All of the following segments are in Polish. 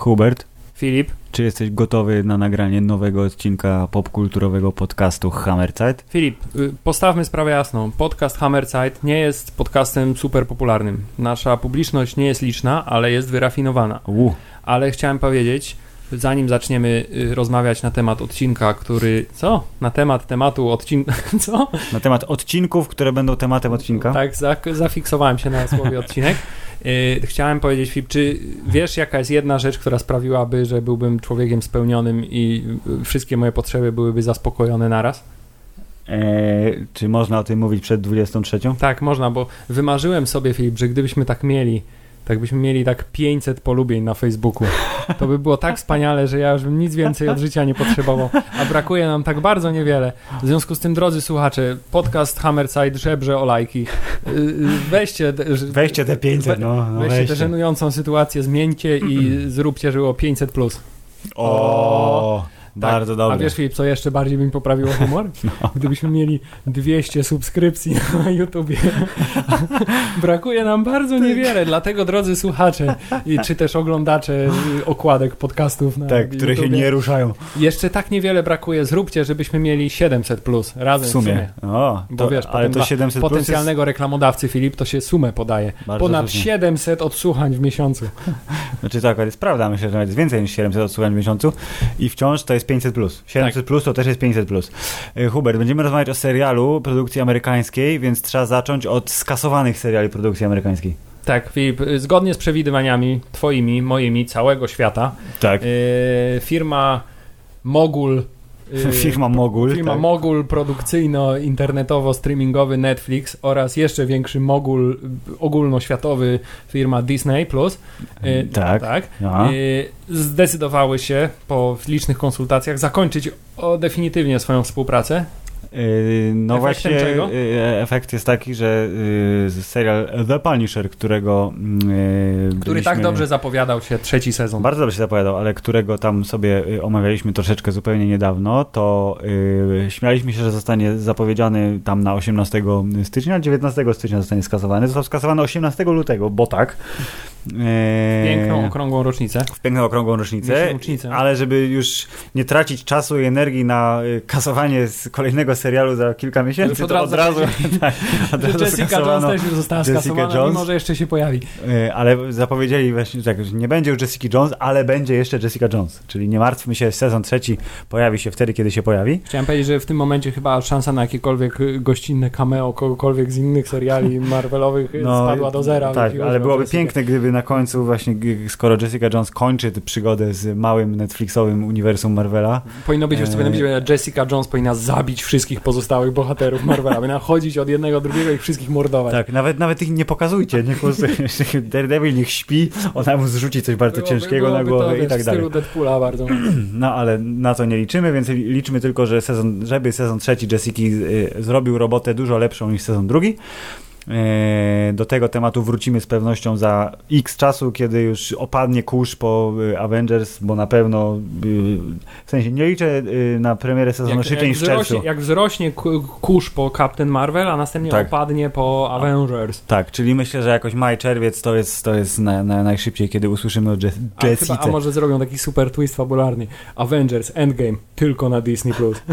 Hubert, Filip, czy jesteś gotowy na nagranie nowego odcinka popkulturowego podcastu Hammerzeit? Filip, postawmy sprawę jasną. Podcast Hammerzeit nie jest podcastem super popularnym. Nasza publiczność nie jest liczna, ale jest wyrafinowana. Ale chciałem powiedzieć, zanim zaczniemy rozmawiać na temat odcinka, który... Co? Na temat tematu odcinka... Co? Na temat odcinków, które będą tematem odcinka? Tak, zafiksowałem się na słowie odcinek. Chciałem powiedzieć, Filip, czy wiesz, jaka jest jedna rzecz, która sprawiłaby, że byłbym człowiekiem spełnionym i wszystkie moje potrzeby byłyby zaspokojone naraz? Czy można o tym mówić przed 23? Tak, można, bo wymarzyłem sobie, Filip, że gdybyśmy tak mieli, tak byśmy mieli tak 500 polubień na Facebooku, to by było tak wspaniale, że ja już bym nic więcej od życia nie potrzebował, a brakuje nam tak bardzo niewiele. W związku z tym, drodzy słuchacze, podcast Hammerzeit żebrze o lajki. Weźcie te 500, weźcie tę żenującą sytuację, zmieńcie i zróbcie, że było 500+. Tak. Bardzo dobrze. A wiesz, Filip, co jeszcze bardziej by mi poprawiło humor? No. Gdybyśmy mieli 200 subskrypcji na YouTubie. Brakuje nam bardzo niewiele, dlatego, drodzy słuchacze, czy też oglądacze okładek podcastów na które YouTubie, się nie ruszają. Jeszcze tak niewiele brakuje. Zróbcie, żebyśmy mieli 700+ razem w sumie. Bo wiesz, ale to 700+ potencjalnego reklamodawcy, Filip, to się sumę podaje. Bardzo ponad słusznie. 700 odsłuchań w miesiącu. Znaczy tak, to jest prawda. Myślę, że jest więcej niż 700 odsłuchań w miesiącu i wciąż to jest 500+. 700+ to też jest 500+. Hubert, będziemy rozmawiać o serialu produkcji amerykańskiej, więc trzeba zacząć od skasowanych seriali produkcji amerykańskiej. Tak, Filip, zgodnie z przewidywaniami twoimi, moimi, całego świata, tak. Firma Mogul Mogul produkcyjno-internetowo-streamingowy Netflix oraz jeszcze większy mogul ogólnoświatowy firma Disney Plus zdecydowały się po licznych konsultacjach zakończyć definitywnie swoją współpracę. No właśnie, efekt jest taki, że serial The Punisher, który tak dobrze zapowiadał się trzeci sezon. Bardzo dobrze się zapowiadał, ale którego tam sobie omawialiśmy troszeczkę zupełnie niedawno, to śmialiśmy się, że zostanie zapowiedziany tam na 18 stycznia, 19 stycznia zostanie skasowany. Został skasowany 18 lutego, bo tak. W piękną, okrągłą rocznicę. Ale żeby już nie tracić czasu i energii na kasowanie z kolejnego serialu za kilka miesięcy, to od razu Jessica Jones też już została skasowana, mimo że jeszcze się pojawi. Ale zapowiedzieli właśnie, że nie będzie już Jessica Jones, ale będzie jeszcze Jessica Jones. Czyli nie martwmy się, sezon trzeci pojawi się wtedy, kiedy się pojawi. Chciałem powiedzieć, że w tym momencie chyba szansa na jakiekolwiek gościnne cameo kogokolwiek z innych seriali Marvelowych spadła do zera. Tak, ale byłoby piękne, gdyby na końcu właśnie, skoro Jessica Jones kończy tę przygodę z małym Netflixowym uniwersum Marvela. Powinno być, Jessica Jones powinna zabić wszystkich pozostałych bohaterów Marvela, powinna chodzić od jednego do drugiego i wszystkich mordować. Tak, nawet ich nie pokazujcie, Daredevil niech śpi, ona mu zrzuci coś bardzo ciężkiego na głowę i tak dalej. W stylu Deadpoola bardzo. No ale na to nie liczymy, więc liczymy tylko, że żeby sezon trzeci Jessica zrobił robotę dużo lepszą niż sezon drugi. Do tego tematu wrócimy z pewnością za x czasu, kiedy już opadnie kurz po Avengers, bo na pewno w sensie nie liczę na premierę sezonu szybciej niż w czerwcu. Jak wzrośnie kurz po Captain Marvel, a następnie opadnie po Avengers. Tak, czyli myślę, że jakoś maj, czerwiec to jest najszybciej, kiedy usłyszymy o Jessice. A może zrobią taki super twist fabularny. Avengers Endgame tylko na Disney+.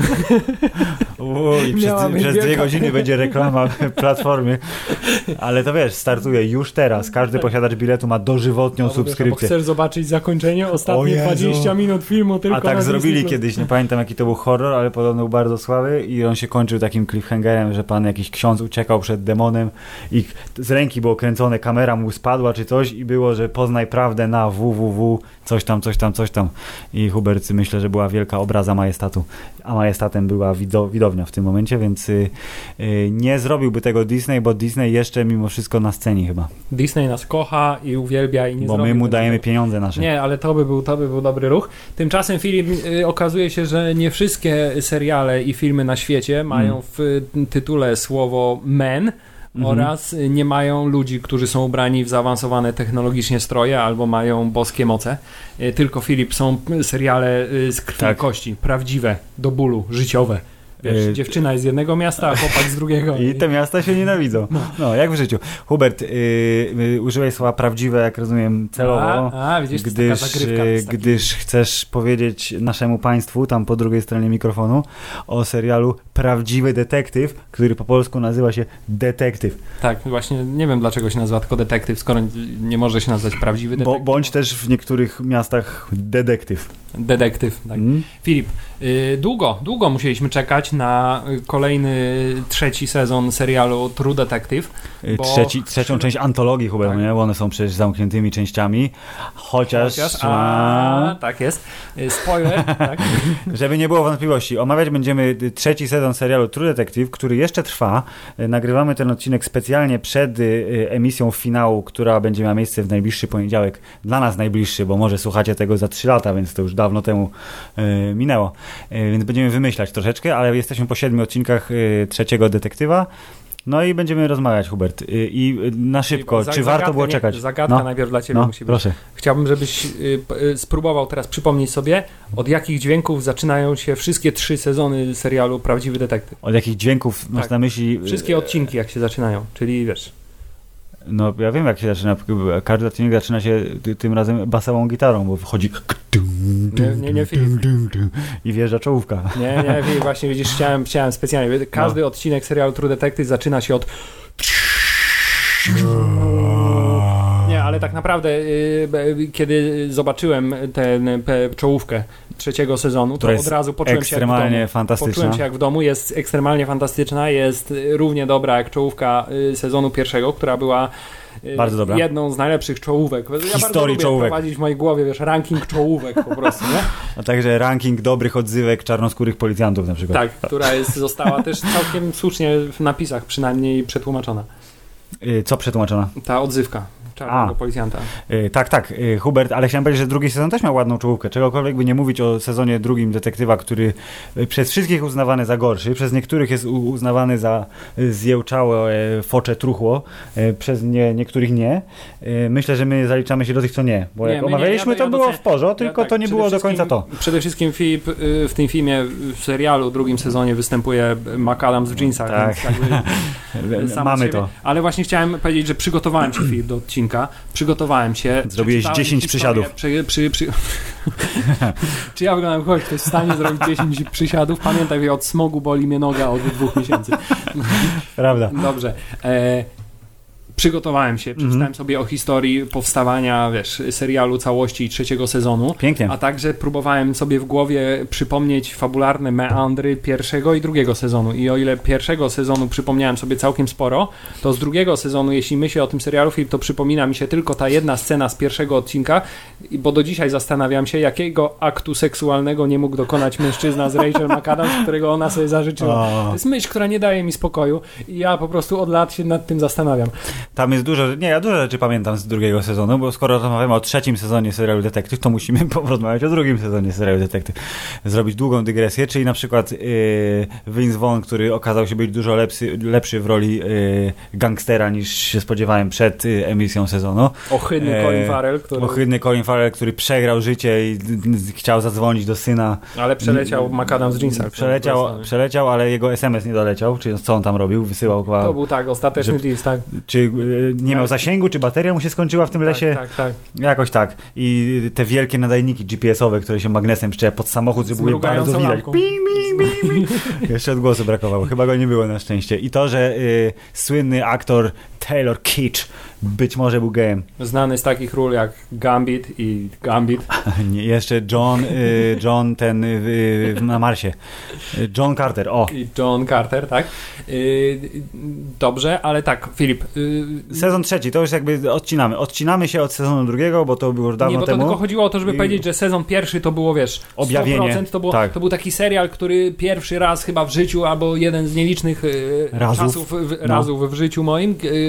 Przez 2 godziny będzie reklama platformy. Ale to wiesz, startuje już teraz. Każdy posiadacz biletu ma dożywotnią subskrypcję. Chcesz zobaczyć zakończenie? Ostatnie 20 minut filmu tylko. A tak zrobili kiedyś, nie pamiętam jaki to był horror, ale podobno był bardzo słaby i on się kończył takim cliffhangerem, że pan jakiś ksiądz uciekał przed demonem i z ręki było kręcone, kamera mu spadła czy coś i było, że poznaj prawdę na www, coś tam. I Hubert, myślę, że była wielka obraza majestatu. A majestatem była widownia w tym momencie, więc nie zrobiłby tego Disney, bo Disney jeszcze mimo wszystko na scenie chyba. Disney nas kocha i uwielbia i nie bo my mu dajemy pieniądze nasze. Nie, ale to by był dobry ruch. Tymczasem, Filip, okazuje się, że nie wszystkie seriale i filmy na świecie mają w tytule słowo men oraz nie mają ludzi, którzy są ubrani w zaawansowane technologicznie stroje albo mają boskie moce. Tylko, Filip, są seriale z krwi i kości, prawdziwe, do bólu, życiowe. Wiesz, dziewczyna jest z jednego miasta, a chłopak z drugiego. I te miasta się nienawidzą. No, jak w życiu. Hubert, użyłeś słowa prawdziwe, jak rozumiem, celowo. Widzisz, gdyż chcesz powiedzieć naszemu państwu, tam po drugiej stronie mikrofonu, o serialu Prawdziwy Detektyw, który po polsku nazywa się Detektyw. Tak, właśnie nie wiem, dlaczego się nazywa tylko Detektyw, skoro nie może się nazwać Prawdziwy Detektyw. Bądź też w niektórych miastach Detektyw. Detektyw, tak. Filip, długo musieliśmy czekać na kolejny 3. sezon serialu True Detective. Trzecią część antologii, Hubert, tak. Nie? Bo one są przecież zamkniętymi częściami. Chociaż tak jest. Spoiler, tak. Żeby nie było wątpliwości, omawiać będziemy 3. sezon serialu True Detective, który jeszcze trwa. Nagrywamy ten odcinek specjalnie przed emisją finału, która będzie miała miejsce w najbliższy poniedziałek. Dla nas najbliższy, bo może słuchacie tego za 3 lata, więc to już dawno temu minęło. Więc będziemy wymyślać troszeczkę, ale jesteśmy po 7 odcinkach 3. Detektywa. No i będziemy rozmawiać, Hubert. I na szybko, czy warto było czekać? Zagadka najpierw dla Ciebie musi być. Proszę. Chciałbym, żebyś spróbował teraz przypomnieć sobie, od jakich dźwięków zaczynają się wszystkie 3 sezony serialu Prawdziwy Detektyw. Od jakich dźwięków masz na myśli? Wszystkie odcinki, jak się zaczynają, czyli wiesz... No, ja wiem, jak się zaczyna. Każdy odcinek zaczyna się tym razem basową gitarą, bo wchodzi... Nie, Filip. I wjeżdża czołówka. Nie, właśnie widzisz, chciałem specjalnie. Każdy odcinek serialu True Detective zaczyna się od... Nie, ale tak naprawdę kiedy zobaczyłem tę czołówkę 3. sezonu, to od razu poczułem się ekstremalnie fantastyczna. Poczułem się jak w domu, jest ekstremalnie fantastyczna, jest równie dobra jak czołówka sezonu 1, która była bardzo dobra. Jedną z najlepszych czołówek. Ja historii bardzo lubię czołówek. prowadzić w mojej głowie, wiesz, ranking czołówek po prostu, nie? A także ranking dobrych odzywek czarnoskórych policjantów na przykład. Tak, która została też całkiem słusznie w napisach przynajmniej przetłumaczona. Co przetłumaczona? Ta odzywka czarnego policjanta. Tak, Hubert, ale chciałem powiedzieć, że 2. sezon też miał ładną czołówkę. Czegokolwiek by nie mówić o sezonie 2 Detektywa, który przez wszystkich uznawany za gorszy, przez niektórych jest uznawany za zjełczałe focze truchło, przez niektórych nie. Myślę, że my zaliczamy się do tych, co nie. Bo jak omawialiśmy, to było w porządku, tylko to nie było do końca to. Przede wszystkim Filip w tym filmie, w serialu 2. sezonie występuje McAdams w jeansach. Tak. Mamy to. Ale właśnie chciałem powiedzieć, że przygotowałem się, Filip, do odcinka. Przygotowałem się. Zrobiłeś 10 przysiadów. Czy ja wyglądam, ktoś jest w stanie zrobić 10 przysiadów? Pamiętaj, od smogu boli mnie noga od 2 miesięcy. Prawda. Dobrze. Przygotowałem się, przeczytałem sobie o historii powstawania, serialu całości 3. sezonu. Pięknie. A także próbowałem sobie w głowie przypomnieć fabularne meandry 1. i 2. sezonu. I o ile 1. sezonu przypomniałem sobie całkiem sporo, to z 2. sezonu, jeśli myślę o tym serialu, to przypomina mi się tylko ta jedna scena z 1. odcinka, bo do dzisiaj zastanawiam się, jakiego aktu seksualnego nie mógł dokonać mężczyzna z Rachel McAdams, którego ona sobie zażyczyła. To jest myśl, która nie daje mi spokoju i ja po prostu od lat się nad tym zastanawiam. Tam jest ja dużo rzeczy pamiętam z 2. sezonu, bo skoro rozmawiamy o 3. sezonie serialu Detektyw, to musimy porozmawiać o 2. sezonie serialu Detektyw. Zrobić długą dygresję, czyli na przykład Vince Vaughn, który okazał się być dużo lepszy w roli gangstera niż się spodziewałem przed emisją sezonu. Ohydny Colin Farrell, który przegrał życie i chciał zadzwonić do syna. Ale przeleciał McAdams w jeansach. Przeleciał, ale jego SMS nie doleciał, czyli co on tam robił? Wysyłał chyba... To był ostateczny deal, tak. Czy nie miał zasięgu, czy bateria mu się skończyła w tym lesie? Tak. Jakoś tak. I te wielkie nadajniki GPS-owe, które się magnesem przyczepia pod samochód, żeby było bardzo widać. Jeszcze odgłosu brakowało. Chyba go nie było na szczęście. I to, że słynny aktor Taylor Kitsch być może był gejem. Znany z takich ról jak Gambit i Gambit. Nie, jeszcze John ten na Marsie. John Carter, I John Carter, tak. Dobrze, ale tak, Filip. Sezon 3, to już jakby odcinamy się od sezonu 2, bo to było już dawno temu. Nie, bo to tylko chodziło o to, żeby powiedzieć, że sezon 1 to było, objawienie. 100%, to był taki serial, który pierwszy raz chyba w życiu, albo jeden z nielicznych razów w życiu moim,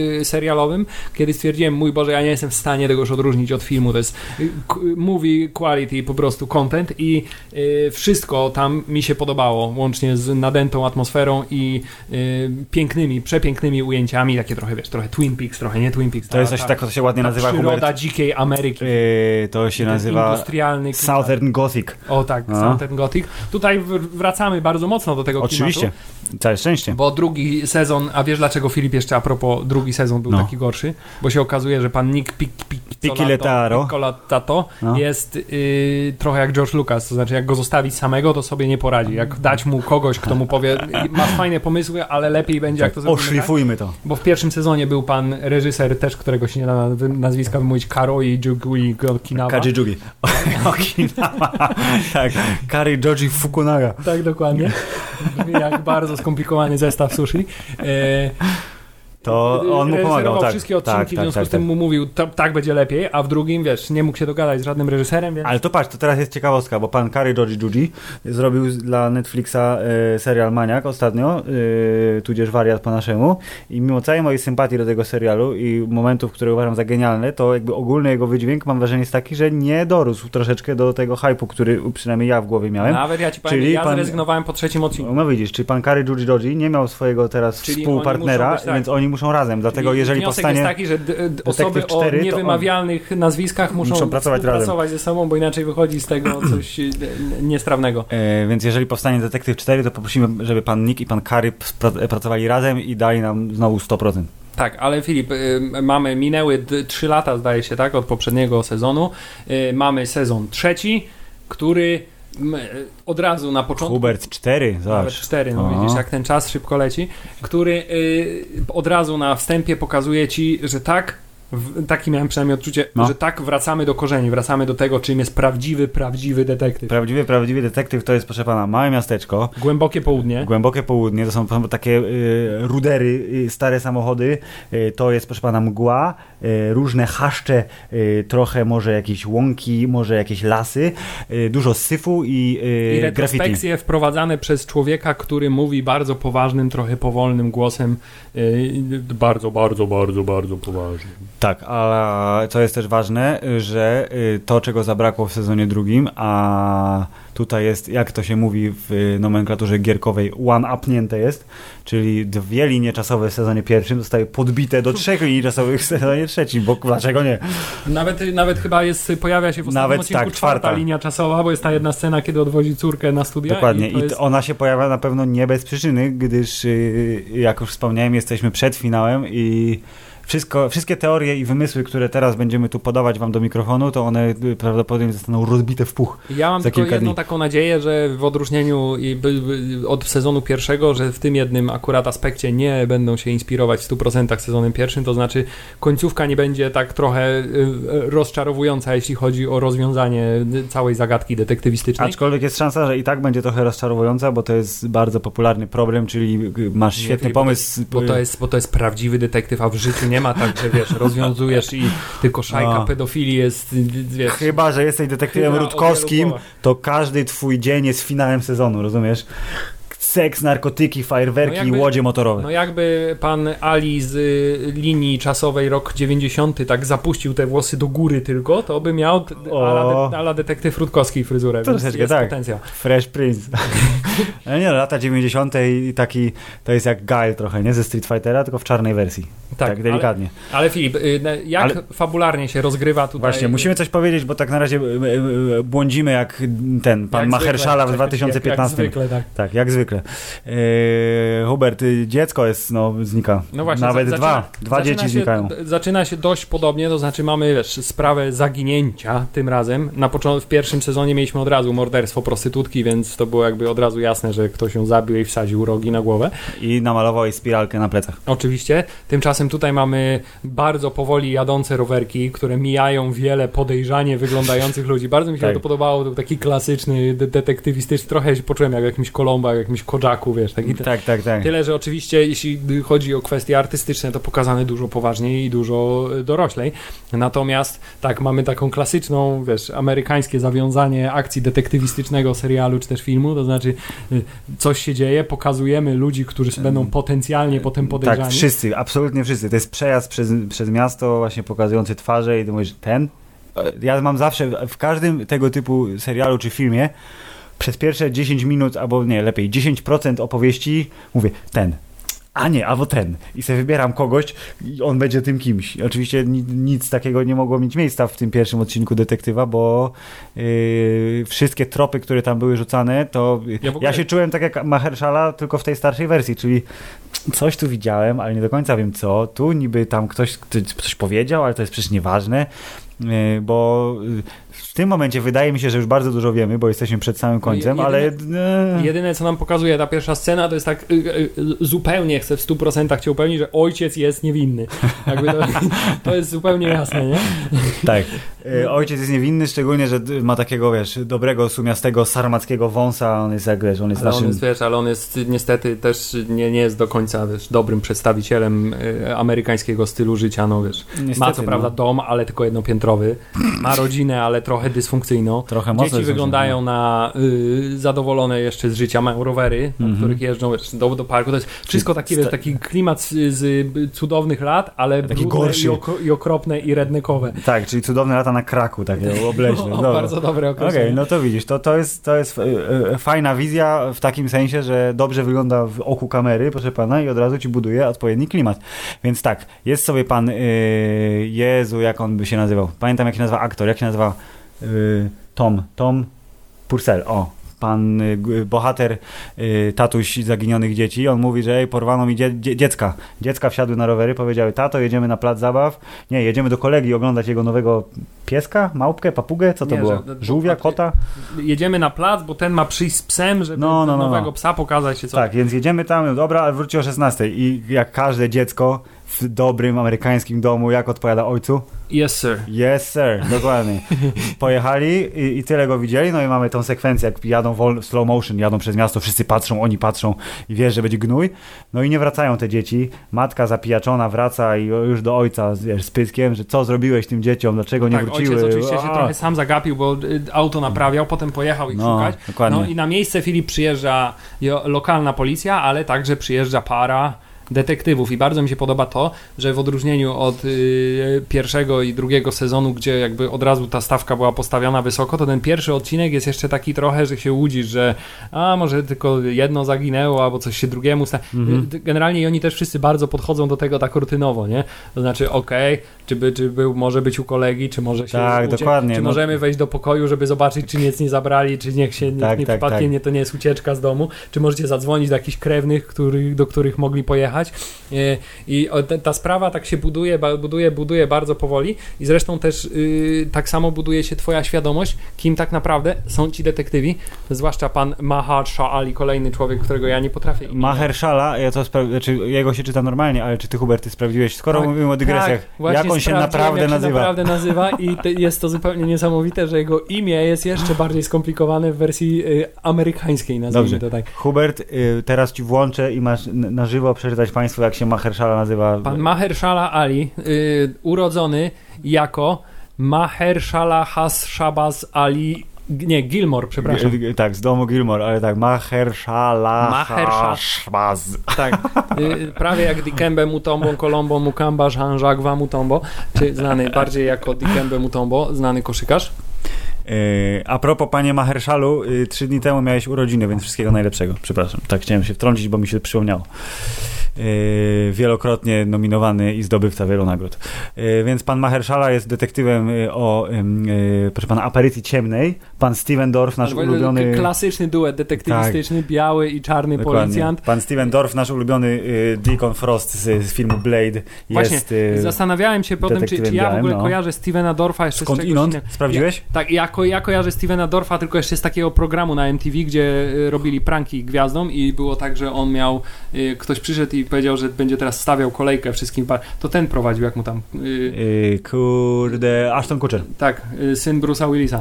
serialowym, kiedy stwierdziłem, mój Boże, ja nie jestem w stanie tego już odróżnić od filmu, to jest movie quality, po prostu content i wszystko tam mi się podobało, łącznie z nadętą atmosferą i przepięknymi ujęciami, takie trochę, wiesz, trochę Twin Peaks, trochę nie Twin Peaks. To jest coś takiego, co się ładnie nazywa, przyroda dzikiej Ameryki. To się nazywa industrialny Southern Gothic. O tak, Southern Gothic. Tutaj wracamy bardzo mocno do tego klimatu. Oczywiście, całe szczęście. Bo drugi sezon, a wiesz dlaczego, Filip, jeszcze a propos, drugi sezon był taki gorszy? Bo się okazuje, że pan Nick Piccioletato jest trochę jak George Lucas, to znaczy jak go zostawić samego, to sobie nie poradzi. Jak dać mu kogoś, kto mu powie, masz fajne pomysły, ale lepiej będzie, jak to zrobimy. Oszlifujmy to. Bo w pierwszym sezonie był pan reżyser też, którego się nie da nazwiska wymówić, Karoi Jugui Okinawa. Kajijugi. Okinawa. Tak, Kari Joji Fukunaga. Tak, dokładnie. Jak bardzo skomplikowany zestaw sushi. To on mu pomagał, tak. Wszystkie odcinki, w związku z tym mu mówił, tak będzie lepiej, a w drugim, wiesz, nie mógł się dogadać z żadnym reżyserem, więc... Ale to patrz, to teraz jest ciekawostka, bo pan Kari Joji zrobił dla Netflixa serial Maniak ostatnio, tudzież Wariat po naszemu, i mimo całej mojej sympatii do tego serialu i momentów, które uważam za genialne, to jakby ogólny jego wydźwięk, mam wrażenie, jest taki, że nie dorósł troszeczkę do tego hype'u, który przynajmniej ja w głowie miałem. Nawet ja ci powiem, zrezygnowałem po trzecim odcinku. No widzisz, czyli pan Kari Joji nie miał swojego teraz współpartnera, więc oni muszą razem, dlatego jeżeli powstanie... Wniosek jest taki, że osoby 4, o niewymawialnych nazwiskach muszą pracować ze sobą, bo inaczej wychodzi z tego coś niestrawnego. Więc jeżeli powstanie Detektyw 4, to poprosimy, żeby pan Nick i pan Kari pracowali razem i dali nam znowu 100%. Tak, ale Filip, minęły 3 lata, zdaje się, tak, od poprzedniego sezonu. Mamy sezon 3, który od razu na początku... Hubert 4, zobacz. Nawet 4, no widzisz, jak ten czas szybko leci, który od razu na wstępie pokazuje ci, że tak, takie miałem przynajmniej odczucie, że tak wracamy do korzeni, wracamy do tego, czym jest prawdziwy detektyw. Prawdziwy detektyw to jest, proszę pana, małe miasteczko. Głębokie południe, to są takie rudery, stare samochody, to jest, proszę pana, mgła, różne chaszcze, trochę może jakieś łąki, może jakieś lasy, dużo syfu i retrospekcje graffiti. wprowadzane przez człowieka, który mówi bardzo poważnym, trochę powolnym głosem, bardzo poważnym. Tak, ale co jest też ważne, że to, czego zabrakło w sezonie drugim, a tutaj jest, jak to się mówi w nomenklaturze gierkowej, one-upnięte jest, czyli 2 linie czasowe w sezonie pierwszym zostały podbite do 3 linii czasowych w sezonie trzecim, bo dlaczego nie? Nawet chyba pojawia się w ostatnim odcinku czwarta linia czasowa, bo jest ta jedna scena, kiedy odwozi córkę na studia. Dokładnie, i ona się pojawia na pewno nie bez przyczyny, gdyż, jak już wspomniałem, jesteśmy przed finałem i wszystkie teorie i wymysły, które teraz będziemy tu podawać wam do mikrofonu, to one prawdopodobnie zostaną rozbite w puch. Ja mam tylko jedną taką nadzieję, że w odróżnieniu od sezonu pierwszego, że w tym jednym akurat aspekcie nie będą się inspirować w 100% sezonem pierwszym, to znaczy końcówka nie będzie tak trochę rozczarowująca, jeśli chodzi o rozwiązanie całej zagadki detektywistycznej. Aczkolwiek jest szansa, że i tak będzie trochę rozczarowująca, bo to jest bardzo popularny problem, czyli masz świetny pomysł. Bo to jest prawdziwy detektyw, a w życiu nie ma tak, że wiesz, rozwiązujesz i tylko szajka pedofilii jest, wiesz... Chyba, że jesteś detektywem Rutkowskim, to każdy twój dzień jest finałem sezonu, rozumiesz? Seks, narkotyki, fajerwerki i łodzie motorowe. No jakby pan Ali z linii czasowej rok 90 tak zapuścił te włosy do góry tylko, to by miał ala detektyw Rutkowski fryzurę, więc jest tak. Potencjał. Fresh Prince. Ale nie, lata 90 i taki, to jest jak Guile trochę, nie? Ze Street Fightera, tylko w czarnej wersji. Tak delikatnie. Ale Filip, jak fabularnie się rozgrywa tutaj... Właśnie, musimy coś powiedzieć, bo tak na razie błądzimy jak ten, pan Mahershala w 2015. Jak zwykle, tak. Tak, jak zwykle. Hubert, dziecko jest, znika. No właśnie, nawet dwa dzieci znikają. Zaczyna się dość podobnie, to znaczy mamy, sprawę zaginięcia tym razem. W pierwszym sezonie mieliśmy od razu morderstwo prostytutki, więc to było jakby od razu jasne, że ktoś ją zabił i wsadził rogi na głowę. I namalował jej spiralkę na plecach. Oczywiście. Tymczasem tutaj mamy bardzo powoli jadące rowerki, które mijają wiele podejrzanie wyglądających ludzi. Bardzo mi się to podobało, to był taki klasyczny, detektywistyczny, trochę się poczułem jak w jakimś Columbo, jak w jakimś Kojaku, wiesz. Tak. Tyle, że oczywiście jeśli chodzi o kwestie artystyczne, to pokazane dużo poważniej i dużo doroślej. Natomiast tak, mamy taką klasyczną, wiesz, amerykańskie zawiązanie akcji detektywistycznego serialu czy też filmu, to znaczy coś się dzieje, pokazujemy ludzi, którzy będą potencjalnie potem podejrzani. Tak, wszyscy, absolutnie wszyscy. To jest przejazd przez miasto właśnie pokazujący twarze i ty mówisz, ten? Ja mam zawsze w każdym tego typu serialu czy filmie przez pierwsze 10 minut, albo nie, lepiej 10% opowieści mówię, ten. A nie, albo ten. I sobie wybieram kogoś i on będzie tym kimś. Oczywiście nic takiego nie mogło mieć miejsca w tym pierwszym odcinku Detektywa, bo wszystkie tropy, które tam były rzucane, to ja się czułem tak jak Mahershala, tylko w tej starszej wersji, czyli coś tu widziałem, ale nie do końca wiem co. Tu niby tam ktoś coś powiedział, ale to jest przecież nieważne, bo w tym momencie wydaje mi się, że już bardzo dużo wiemy, bo jesteśmy przed samym końcem, ale... Jedyne, co nam pokazuje ta pierwsza scena, to jest tak zupełnie, chcę w 100% cię upewnić, że ojciec jest niewinny. Jakby to jest zupełnie jasne, nie? Tak. Ojciec jest niewinny, szczególnie, że ma takiego, wiesz, dobrego, sumiastego, sarmackiego wąsa, on jest jak, wiesz, on jest ale naszym... Ale on jest niestety też nie jest do końca, wiesz, dobrym przedstawicielem amerykańskiego stylu życia, no wiesz. Niestety, ma co prawda dom, ale tylko jednopiętrowy. Ma rodzinę, ale trochę dysfunkcyjną. Trochę mocno. Dzieci wyglądają na zadowolone jeszcze z życia, mają rowery, na których jeżdżą wiesz, do parku. To jest wszystko taki, wiesz, taki klimat z cudownych lat, ale taki gorszy i okropne i redneckowe. Tak, czyli cudowne lata na Kraku, takie obleśne. No, bardzo dobre określenie. Okej, no to widzisz, to jest fajna wizja w takim sensie, że dobrze wygląda w oku kamery, proszę pana, i od razu ci buduje odpowiedni klimat. Więc tak, jest sobie pan Jezu, jak on by się nazywał? Pamiętam, jak się nazywa aktor, jak się nazywa Tom Purcell, pan bohater, tatuś zaginionych dzieci, on mówi, że porwano mi dziecka wsiadły na rowery, powiedziały, tato, jedziemy na plac zabaw, nie, jedziemy do kolegi oglądać jego nowego pieska, małpkę, papugę, co to było? Żółwia, kota? Jedziemy na plac, bo ten ma przyjść z psem, żeby nowego psa pokazać się. Tak, więc jedziemy tam, no dobra, ale wróci o 16 i jak każde dziecko w dobrym amerykańskim domu, jak odpowiada ojcu? Yes, sir. Yes, sir, dokładnie. Pojechali i tyle go widzieli, no i mamy tą sekwencję, jak jadą slow motion, jadą przez miasto, wszyscy patrzą, oni patrzą i wiesz, że będzie gnój, no i nie wracają te dzieci. Matka zapijaczona wraca i już do ojca z pyskiem, że co zrobiłeś tym dzieciom, dlaczego nie wróciły? Ojciec oczywiście się trochę sam zagapił, bo auto naprawiał, potem pojechał ich szukać. Dokładnie. No i na miejsce Filip przyjeżdża lokalna policja, ale także przyjeżdża para detektywów i bardzo mi się podoba to, że w odróżnieniu od pierwszego i drugiego sezonu, gdzie jakby od razu ta stawka była postawiona wysoko, to ten pierwszy odcinek jest jeszcze taki trochę, że się łudzisz, że może tylko jedno zaginęło, albo coś się drugiemu Generalnie oni też wszyscy bardzo podchodzą do tego tak rutynowo, nie? To znaczy czy może być u kolegi, czy może się dokładnie, czy możemy wejść do pokoju, żeby zobaczyć, czy nic nie zabrali, czy niech się przypadkiem to nie jest ucieczka z domu, czy możecie zadzwonić do jakichś krewnych, do których mogli pojechać. I ta sprawa tak się buduje bardzo powoli i zresztą też tak samo buduje się twoja świadomość, kim tak naprawdę są ci detektywi, zwłaszcza pan Mahershala Ali, kolejny człowiek, którego ja nie potrafię imienia. Mahershala, ja to jego się czyta normalnie, ale czy ty, Hubert, ty sprawdziłeś? Skoro mówimy o dygresjach, jak on się naprawdę nazywa? I jest to zupełnie niesamowite, że jego imię jest jeszcze bardziej skomplikowane w wersji amerykańskiej, nazwijmy to tak. Hubert, teraz ci włączę i masz na żywo przeczytać państwu, jak się Mahershala nazywa. Pan Mahershala Ali, urodzony jako Mahershala Shabazz Ali, nie, Gilmore, przepraszam. Tak, z domu Gilmore, ale tak, Mahershala Shabazz. Tak, prawie jak Dikembe Mutombo, Colombo Mukamba, Jean-Jacques Mutombo, czy znany bardziej jako Dikembe Mutombo, znany koszykarz. A propos, panie Mahershalu, 3 dni temu miałeś urodziny, więc wszystkiego najlepszego. Przepraszam, tak chciałem się wtrącić, bo mi się przypomniało. Wielokrotnie nominowany i zdobywca wielu nagród. Więc pan Mahershala jest detektywem o proszę pana, aperycji ciemnej. Pan Steven Dorff, nasz ulubiony... Klasyczny duet detektywistyczny, tak. Biały i czarny policjant. Pan Steven Dorff, nasz ulubiony Deacon Frost z filmu Blade. Właśnie, zastanawiałem się potem, czy ja w ogóle kojarzę Stevena Dorffa jeszcze skąd z czegoś inąd? Sprawdziłeś? Tak, ja kojarzę Stevena Dorffa tylko jeszcze z takiego programu na MTV, gdzie robili pranki gwiazdom i było tak, że on miał, ktoś przyszedł i i powiedział, że będzie teraz stawiał kolejkę wszystkim. To ten prowadził, jak mu tam... Kurde, Ashton Kutcher. Tak, syn Bruce'a Willisa.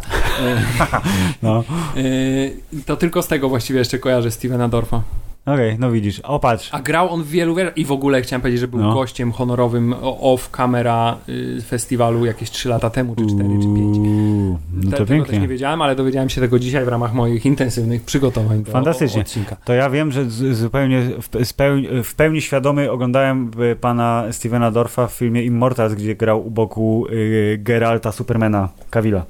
No. To tylko z tego właściwie jeszcze kojarzę Stevena Dorfa. Okej, no widzisz, patrz. A grał on w wielu i w ogóle chciałem powiedzieć, że był gościem honorowym off-camera festiwalu jakieś 3 lata temu, czy 4, czy 5. No to tego pięknie. też nie wiedziałem, ale dowiedziałem się tego dzisiaj w ramach moich intensywnych przygotowań do odcinka. To ja wiem, że zupełnie w pełni świadomy oglądałem pana Stevena Dorfa w filmie Immortals, gdzie grał u boku Geralta Supermana Cavilla.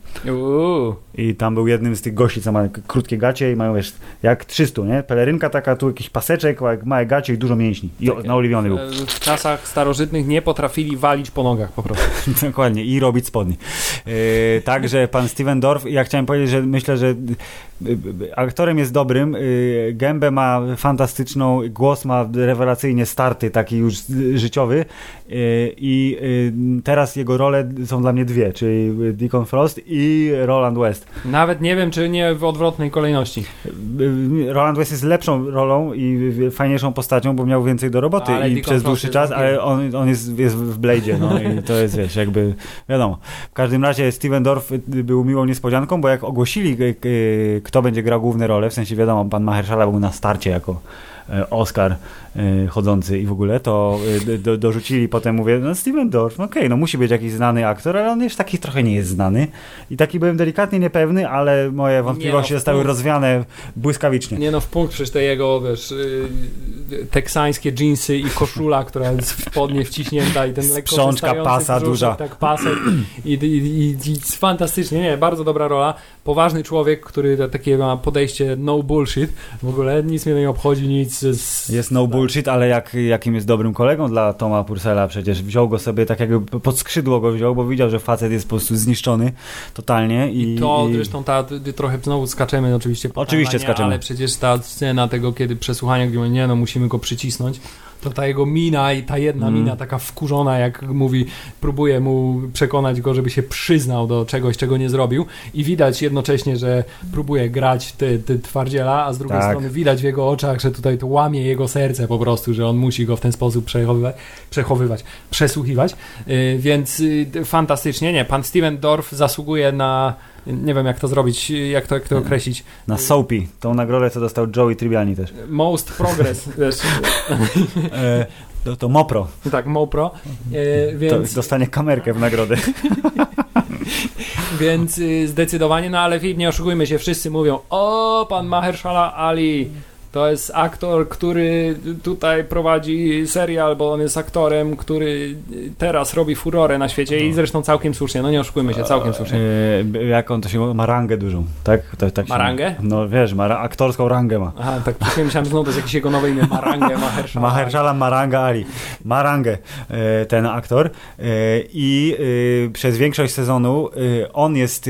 I tam był jednym z tych gości, co ma krótkie gacie i mają, wiesz, jak 300, nie? Pelerynka taka, tu jakiś paseczek, małe gacie i dużo mięśni. I naoliwiony był. W czasach starożytnych nie potrafili walić po nogach po prostu. Dokładnie. I robić spodni. Także pan Steven Dorff, ja chciałem powiedzieć, że myślę, że aktorem jest dobrym, gębę ma fantastyczną, głos ma rewelacyjnie starty, taki już życiowy i teraz jego role są dla mnie 2, czyli Deacon Frost i Roland West. Nawet nie wiem, czy nie w odwrotnej kolejności. Roland West jest lepszą rolą i fajniejszą postacią, bo miał więcej do roboty i przez dłuższy czas, ale on jest w Blade'zie, no i to jest, wiesz, jakby wiadomo. W każdym razie Steven Dorff był miłą niespodzianką, bo jak ogłosili, kto będzie grał główne role, w sensie wiadomo, pan Mahershala był na starcie jako Oscar chodzący i w ogóle, to dorzucili potem, mówię, no Steven Dorff, okej, no musi być jakiś znany aktor, ale on już taki trochę nie jest znany i taki byłem delikatnie niepewny, ale moje wątpliwości zostały rozwiane błyskawicznie. Nie no, w punkt przecież te jego, wiesz, teksańskie dżinsy i koszula, która jest w spodnie wciśnięta i ten lekko sprzączka pasa brzuch, duża. Tak, pasek i fantastycznie, nie, bardzo dobra rola, poważny człowiek, który takie ma podejście no bullshit, w ogóle nic mnie nie obchodzi, nic jest no bullshit, ale jakim jest dobrym kolegą dla Toma Purcella, przecież wziął go sobie tak jakby pod skrzydło go wziął, bo widział, że facet jest po prostu zniszczony totalnie. I zresztą trochę znowu skaczemy oczywiście po oczywiście timeline, skaczemy. Ale przecież ta scena tego, kiedy przesłuchania, gdzie nie no, musimy go przycisnąć, to ta jego mina i ta jedna mina taka wkurzona, jak mówi, próbuje mu przekonać go, żeby się przyznał do czegoś, czego nie zrobił i widać jednocześnie, że próbuje grać ty twardziela, a z drugiej strony widać w jego oczach, że tutaj to łamie jego serce po prostu, że on musi go w ten sposób przesłuchiwać, więc fantastycznie, nie, pan Steven Dorff zasługuje na, nie wiem jak to zrobić, jak to określić. Na Soapy, tą nagrodę co dostał Joey Tribbiani też. Most Progress, wiesz. To Mopro. Tak, Mopro. Więc... To dostanie kamerkę w nagrodę. Więc zdecydowanie, no ale nie oszukujmy się, wszyscy mówią, o, pan Mahershala Ali, to jest aktor, który tutaj prowadzi serial, bo on jest aktorem, który teraz robi furorę na świecie i zresztą całkiem słusznie, no nie oszukujmy się, całkiem słusznie. Jak on to się mówi? Ma rangę dużą, tak? Tak ma rangę? No wiesz, aktorską rangę ma. Aha, tak myślałem, że znowu to jest jakieś jego nowe imię, Marangę Mahershala. Mahershala Maranga Ali. Ma rangę ten aktor i przez większość sezonu on jest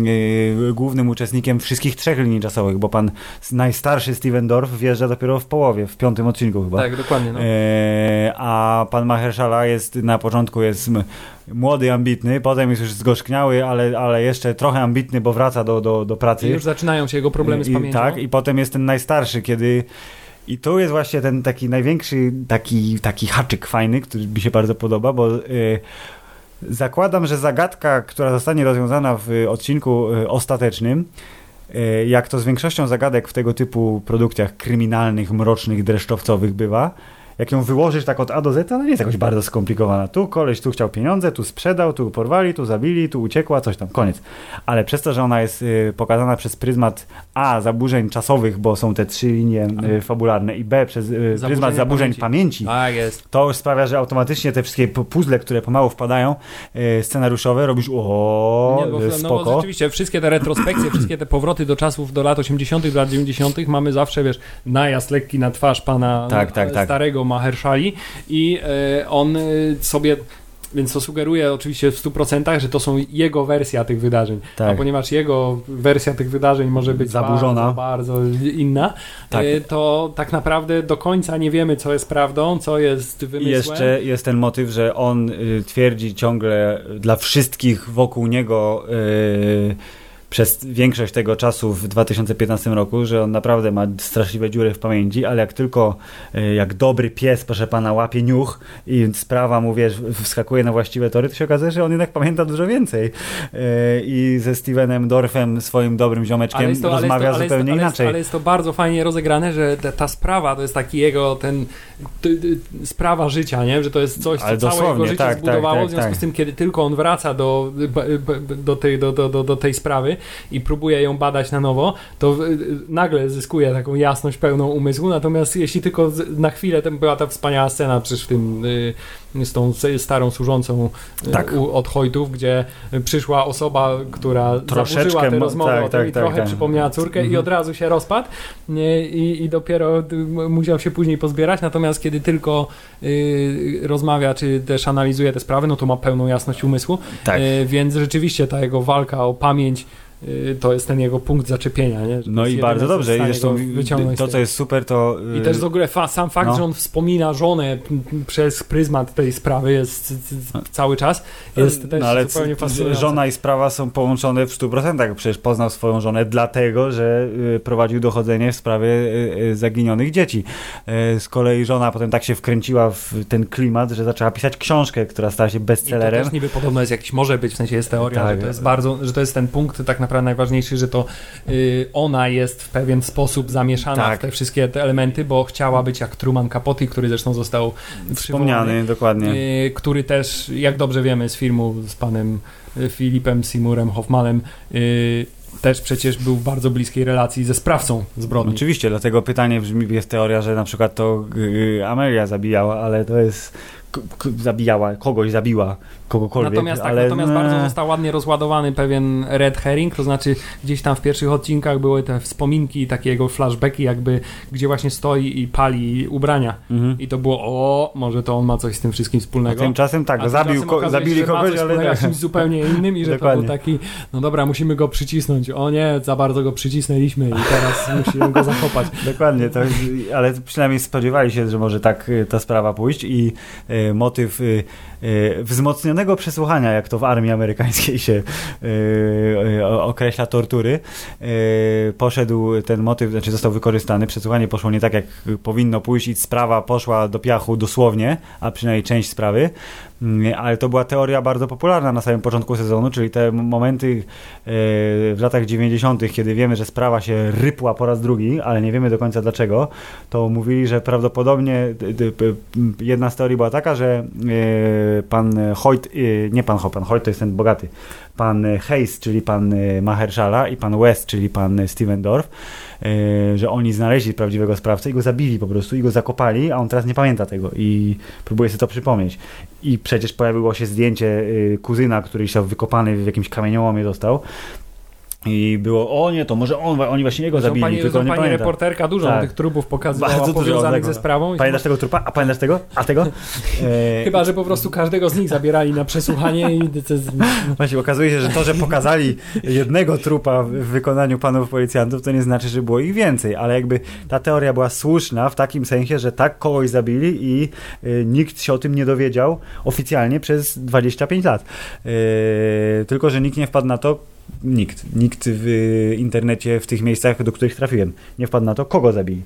głównym uczestnikiem wszystkich 3 linii czasowych, bo pan najstarszy Steven Dorff wjeżdża dopiero w połowie, w 5. odcinku chyba. Tak, dokładnie. No. A pan Mahershala jest na początku jest młody, ambitny, potem jest już zgorzkniały, ale jeszcze trochę ambitny, bo wraca do pracy. I już zaczynają się jego problemy z pamięcią. Tak, i potem jest ten najstarszy, kiedy... I tu jest właśnie ten taki największy taki haczyk fajny, który mi się bardzo podoba, bo zakładam, że zagadka, która zostanie rozwiązana w odcinku ostatecznym, jak to z większością zagadek w tego typu produkcjach kryminalnych, mrocznych, dreszczowcowych bywa, jak ją wyłożysz tak od A do Z, to ona nie jest jakoś bardzo skomplikowana. Tu koleś tu chciał pieniądze, tu sprzedał, tu porwali, tu zabili, tu uciekła, coś tam, koniec. Ale przez to, że ona jest pokazana przez pryzmat A, zaburzeń czasowych, bo są te 3 linie fabularne i B, przez pryzmat zaburzeń pamięci, tak jest. To już sprawia, że automatycznie te wszystkie puzzle, które pomału wpadają, scenariuszowe, robisz spoko. No bo rzeczywiście wszystkie te retrospekcje, wszystkie te powroty do czasów, do lat 80., do lat 90. mamy zawsze, wiesz, najazd lekki na twarz pana starego Mahershali i on sobie, więc to sugeruje oczywiście w 100%, że to są jego wersja tych wydarzeń, a ponieważ jego wersja tych wydarzeń może być zaburzona, bardzo inna, to tak naprawdę do końca nie wiemy, co jest prawdą, co jest wymysłem. I jeszcze jest ten motyw, że on twierdzi ciągle dla wszystkich wokół niego przez większość tego czasu w 2015 roku, że on naprawdę ma straszliwe dziury w pamięci, ale jak tylko jak dobry pies, proszę pana, łapie niuch i sprawa mu, wiesz, wskakuje na właściwe tory, to się okazuje, że on jednak pamięta dużo więcej. I ze Stevenem Dorffem, swoim dobrym ziomeczkiem, rozmawia zupełnie inaczej. Ale jest to bardzo fajnie rozegrane, że ta sprawa to jest taki jego sprawa życia, nie? Że to jest coś, co całe jego życie zbudowało, w związku z tym, kiedy tylko on wraca do tej sprawy i próbuje ją badać na nowo, to nagle zyskuje taką jasność pełną umysłu, natomiast jeśli tylko na chwilę, to była ta wspaniała scena przecież w tym z tą starą służącą od Hojtów, gdzie przyszła osoba, która zaburzyła tę rozmowę o tym i trochę przypomniała córkę i od razu się rozpadł i dopiero musiał się później pozbierać, natomiast kiedy tylko rozmawia, czy też analizuje te sprawy, no to ma pełną jasność umysłu, więc rzeczywiście ta jego walka o pamięć to jest ten jego punkt zaczepienia, nie? No i bardzo dobrze. I zresztą to, co jest super, to... I też w ogóle sam fakt, że on wspomina żonę przez pryzmat tej sprawy jest cały czas, jest też ale zupełnie fascynujące. Żona i sprawa są połączone w 100%. Przecież poznał swoją żonę dlatego, że prowadził dochodzenie w sprawie zaginionych dzieci. Z kolei żona potem tak się wkręciła w ten klimat, że zaczęła pisać książkę, która stała się bestsellerem. I to też niby podobno jest jakiś, może być, w sensie jest teoria, że to jest ten punkt tak naprawdę najważniejszy, że to ona jest w pewien sposób zamieszana w te wszystkie te elementy, bo chciała być jak Truman Capote, który zresztą został wspomniany, dokładnie. Który też, jak dobrze wiemy z filmu z panem Philipem Seymourem Hoffmanem, też przecież był w bardzo bliskiej relacji ze sprawcą zbrodni. Oczywiście, dlatego pytanie brzmi, jest teoria, że na przykład to Amelia zabijała, ale to jest kogoś zabiła, kogokolwiek. Natomiast bardzo został ładnie rozładowany pewien red herring, to znaczy gdzieś tam w pierwszych odcinkach były te wspominki, takie jego flashbacki jakby, gdzie właśnie stoi i pali ubrania. I to było, może to on ma coś z tym wszystkim wspólnego. A tymczasem zabili kogoś, ale z czymś zupełnie innym i że to był taki, no dobra, musimy go przycisnąć. O nie, za bardzo go przycisnęliśmy i teraz musimy go zakopać. Dokładnie, ale przynajmniej spodziewali się, że może tak ta sprawa pójść i motyw wzmocnionego przesłuchania, jak to w armii amerykańskiej się określa tortury, poszedł ten motyw, znaczy został wykorzystany. Przesłuchanie poszło nie tak, jak powinno pójść i sprawa poszła do piachu dosłownie, a przynajmniej część sprawy, ale to była teoria bardzo popularna na samym początku sezonu, czyli te momenty w latach 90., kiedy wiemy, że sprawa się rypła po raz drugi, ale nie wiemy do końca dlaczego, to mówili, że prawdopodobnie jedna z teorii była taka, że pan Hoyt, nie pan Hoyt to jest ten bogaty, pan Hayes, czyli pan Mahershala i pan West, czyli pan Steven Dorff, że oni znaleźli prawdziwego sprawcę i go zabili po prostu i go zakopali, a on teraz nie pamięta tego i próbuje sobie to przypomnieć. I przecież pojawiło się zdjęcie kuzyna, który został wykopany w jakimś kamieniołomie dostał. I było, o nie, to może oni właśnie jego zabili, tylko nie pamiętam. Reporterka dużo tych trupów pokazywała powiązanych ze sprawą. Pamiętasz tego trupa? A pamiętasz tego? A tego? Chyba, że po prostu każdego z nich zabierali na przesłuchanie i... Właśnie, okazuje się, że to, że pokazali jednego trupa w wykonaniu panów policjantów, to nie znaczy, że było ich więcej, ale jakby ta teoria była słuszna w takim sensie, że tak kogoś zabili i nikt się o tym nie dowiedział oficjalnie przez 25 lat. Tylko, że nikt nie wpadł na to, Nikt w internecie, w tych miejscach, do których trafiłem, nie wpadł na to, kogo zabili.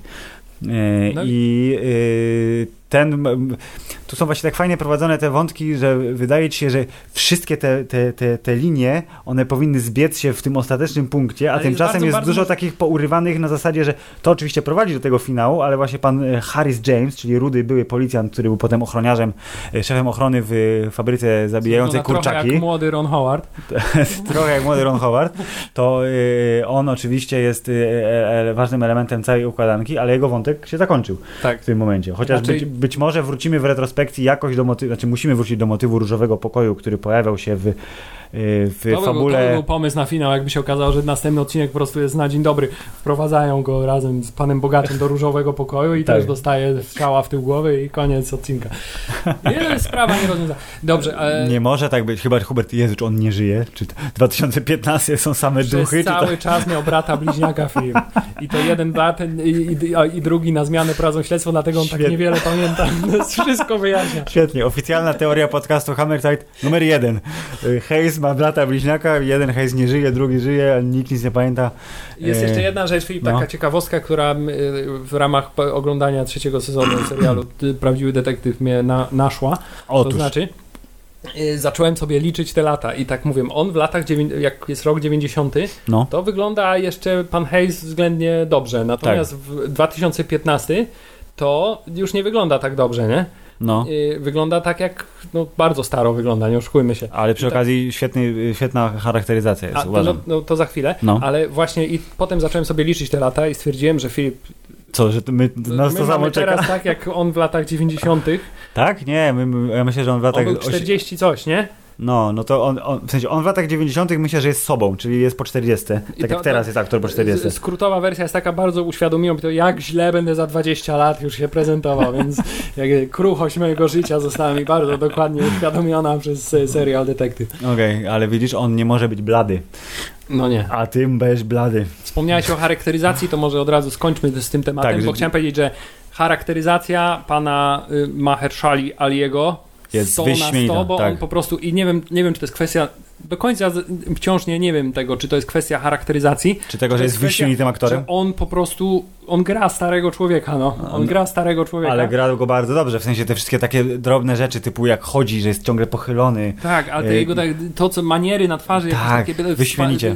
Tu są właśnie tak fajnie prowadzone te wątki, że wydaje ci się, że wszystkie te linie, one powinny zbiec się w tym ostatecznym punkcie, a tymczasem jest dużo takich pourywanych na zasadzie, że to oczywiście prowadzi do tego finału, ale właśnie pan Harris James, czyli rudy były policjant, który był potem ochroniarzem, szefem ochrony w fabryce zabijającej kurczaki. Trochę jak młody Ron Howard. Trochę jak młody Ron Howard. To on oczywiście jest ważnym elementem całej układanki, ale jego wątek się zakończył w tym momencie. Chociaż być może wrócimy w retrospekcji jakoś do motywu, znaczy musimy wrócić do motywu Różowego Pokoju, który pojawiał się w fabule. To był pomysł na finał, jakby się okazało, że następny odcinek po prostu jest na dzień dobry. Wprowadzają go razem z panem Bogaczem do Różowego Pokoju i też dostaje strzała w tył głowy i koniec odcinka. Sprawa nie rozwiązana. Dobrze. Nie może tak być. Chyba Hubert Jezu, czy on nie żyje? Czy 2015 są same duchy? Cały czas miał brata bliźniaka film. I to jeden brat i drugi na zmianę prowadzą śledztwo, dlatego on tak niewiele pamięta. To wszystko wyjaśnia. Świetnie. Oficjalna teoria podcastu Hammerzeit numer 1. Hayes ma brata bliźniaka, jeden Hayes nie żyje, drugi żyje, nikt nic nie pamięta. Jest jeszcze jedna rzecz, Filip, taka ciekawostka, która w ramach oglądania 3. sezonu serialu Prawdziwy Detektyw mnie naszła. Otóż. To znaczy, zacząłem sobie liczyć te lata i tak mówię, on w latach, jak jest rok 90, to wygląda jeszcze pan Hayes względnie dobrze, natomiast w 2015 to już nie wygląda tak dobrze, nie? No. Wygląda tak jak, bardzo staro wygląda, nie oszukujmy się. Ale przy okazji świetna charakteryzacja jest, uważam. To za chwilę, ale właśnie i potem zacząłem sobie liczyć te lata i stwierdziłem, że Filip... Co, że nas to samo czeka? Teraz tak jak on w latach 90. Tak? Nie, ja myślę, że on w latach... On był 40 coś, nie? No to on, w sensie on w latach 90. myślę, że jest sobą, czyli jest po 40. Tak jak teraz jest aktor po 40. Skrótowa wersja jest taka, bardzo uświadomiła mi to, jak źle będę za 20 lat już się prezentował, więc kruchość mojego życia została mi bardzo dokładnie uświadomiona przez serial Detektyw. Okej, ale widzisz, on nie może być blady. No nie. A ty będziesz blady. Wspomniałeś o charakteryzacji, to może od razu skończmy z tym tematem, bo chciałem powiedzieć, że charakteryzacja pana Mahershala Aliego jest wyśmienita, bo on po prostu, i nie wiem, czy to jest kwestia, do końca wciąż nie wiem tego, czy to jest kwestia charakteryzacji, czy tego, że jest wyśmienitym aktorem, że on po prostu, on gra starego człowieka, on gra starego człowieka. Ale gra go bardzo dobrze, w sensie te wszystkie takie drobne rzeczy, typu jak chodzi, że jest ciągle pochylony. Tak, ale te jego, to co maniery na twarzy, tak, takie wyśmienicie.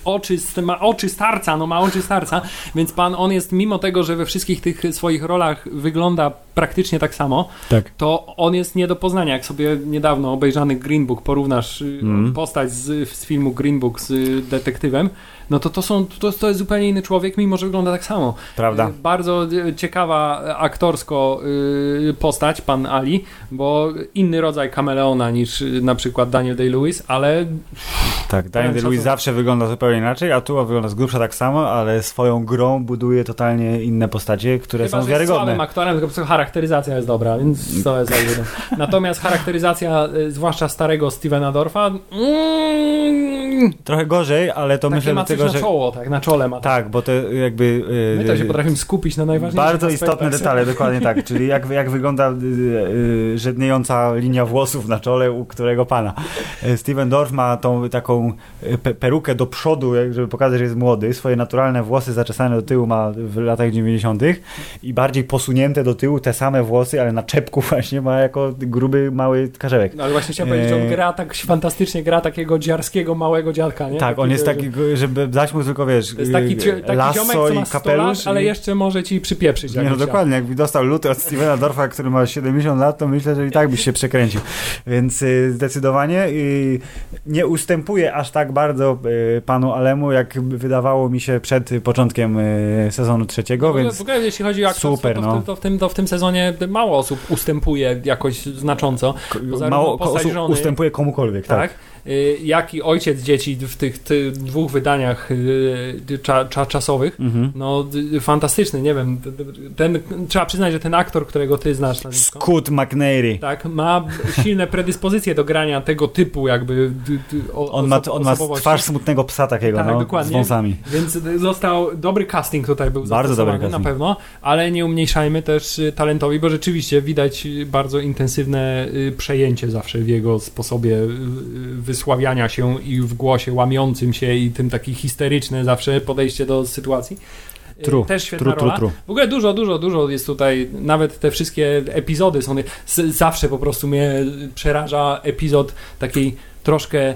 Ma oczy starca, więc on jest, mimo tego, że we wszystkich tych swoich rolach wygląda praktycznie tak samo, to on jest nie do poznania. Jak sobie niedawno obejrzany Green Book porównasz postać z filmu Green Book z detektywem, no to jest zupełnie inny człowiek, mimo że wygląda tak samo. Prawda. Bardzo ciekawa aktorsko postać, pan Ali, bo inny rodzaj kameleona niż na przykład Daniel Day-Lewis, ale... Tak, Daniel Day-Lewis zawsze wygląda zupełnie inaczej, a tu wygląda z grubsza tak samo, ale swoją grą buduje totalnie inne postacie, które są wiarygodne. Chyba, że jest słabym aktorem, tylko charakteryzacja jest dobra, więc to jest jakby... Natomiast charakteryzacja, zwłaszcza starego Stevena Dorfa... Trochę gorzej, ale to myślę dlatego, że... czoło, tak, na czole ma. Tak, bo to jakby... My to się potrafimy skupić na najważniejszych bardzo istotne detale, dokładnie tak. Czyli jak wygląda żedniejąca linia włosów na czole u którego pana. Steven Dorff ma tą taką perukę do przodu, żeby pokazać, że jest młody. Swoje naturalne włosy zaczesane do tyłu ma w latach 90. i bardziej posunięte do tyłu te same włosy, ale na czepku właśnie ma jako gruby, mały karzełek. No ale właśnie chciałem powiedzieć, że on gra tak fantastycznie, gra takiego dziarskiego, małego dziadka, nie? Tak, on jest taki, żeby dać mu tylko, wiesz, to jest taki lasso ziomek, co ma i kapelusz. lat, ale jeszcze może ci przypieprzyć. Nie, no dokładnie, jakby dostał luty od Stevena Dorfa, który ma 70 lat, to myślę, że i tak byś się przekręcił. Więc zdecydowanie nie ustępuje aż tak bardzo panu Alemu, jak wydawało mi się przed początkiem sezonu 3, więc w ogóle jeśli chodzi o aktorstwo, super, to w tym sezonie mało osób ustępuje jakoś znacząco. Mało osób ustępuje komukolwiek, tak. Jak i ojciec dzieci w tych dwóch wydaniach czasowych, no fantastyczny, nie wiem, trzeba przyznać, że ten aktor, którego ty znasz, Scott McNairy, tak, ma silne predyspozycje do grania tego typu jakby on ma twarz smutnego psa takiego, tak, dokładnie, z wąsami. Więc został, dobry casting tutaj był bardzo dobry casting na pewno, ale nie umniejszajmy też talentowi, bo rzeczywiście widać bardzo intensywne przejęcie zawsze w jego sposobie wysławiania się i w głosie łamiącym się i tym taki histeryczne zawsze podejście do sytuacji. Też świetna rola. W ogóle dużo jest tutaj, nawet te wszystkie epizody są, zawsze po prostu mnie przeraża epizod takiej troszkę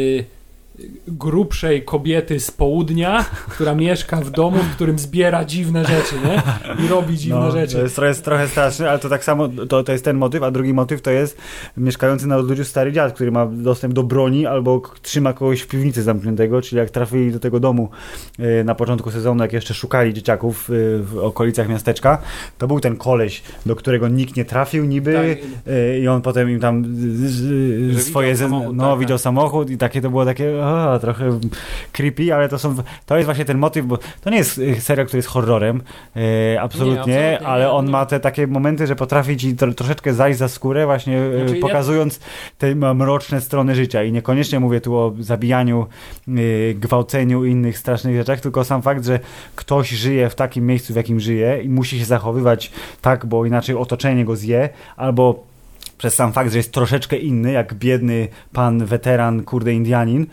grubszej kobiety z południa, która mieszka w domu, w którym zbiera dziwne rzeczy, nie? I robi dziwne rzeczy. To jest trochę straszne, ale to tak samo, to jest ten motyw, a drugi motyw to jest mieszkający na odludziu stary dziad, który ma dostęp do broni albo trzyma kogoś w piwnicy zamkniętego, czyli jak trafili do tego domu na początku sezonu, jak jeszcze szukali dzieciaków w okolicach miasteczka, to był ten koleś, do którego nikt nie trafił niby, tak. I on potem im tam swoje widział samochód i takie to było takie trochę creepy, ale to jest właśnie ten motyw, bo to nie jest serial, który jest horrorem, absolutnie, ale on ma te takie momenty, że potrafi ci troszeczkę zajść za skórę, właśnie pokazując te mroczne strony życia i niekoniecznie mówię tu o zabijaniu, gwałceniu i innych strasznych rzeczach, tylko sam fakt, że ktoś żyje w takim miejscu, w jakim żyje i musi się zachowywać tak, bo inaczej otoczenie go zje, albo przez sam fakt, że jest troszeczkę inny, jak biedny pan weteran, kurde Indianin,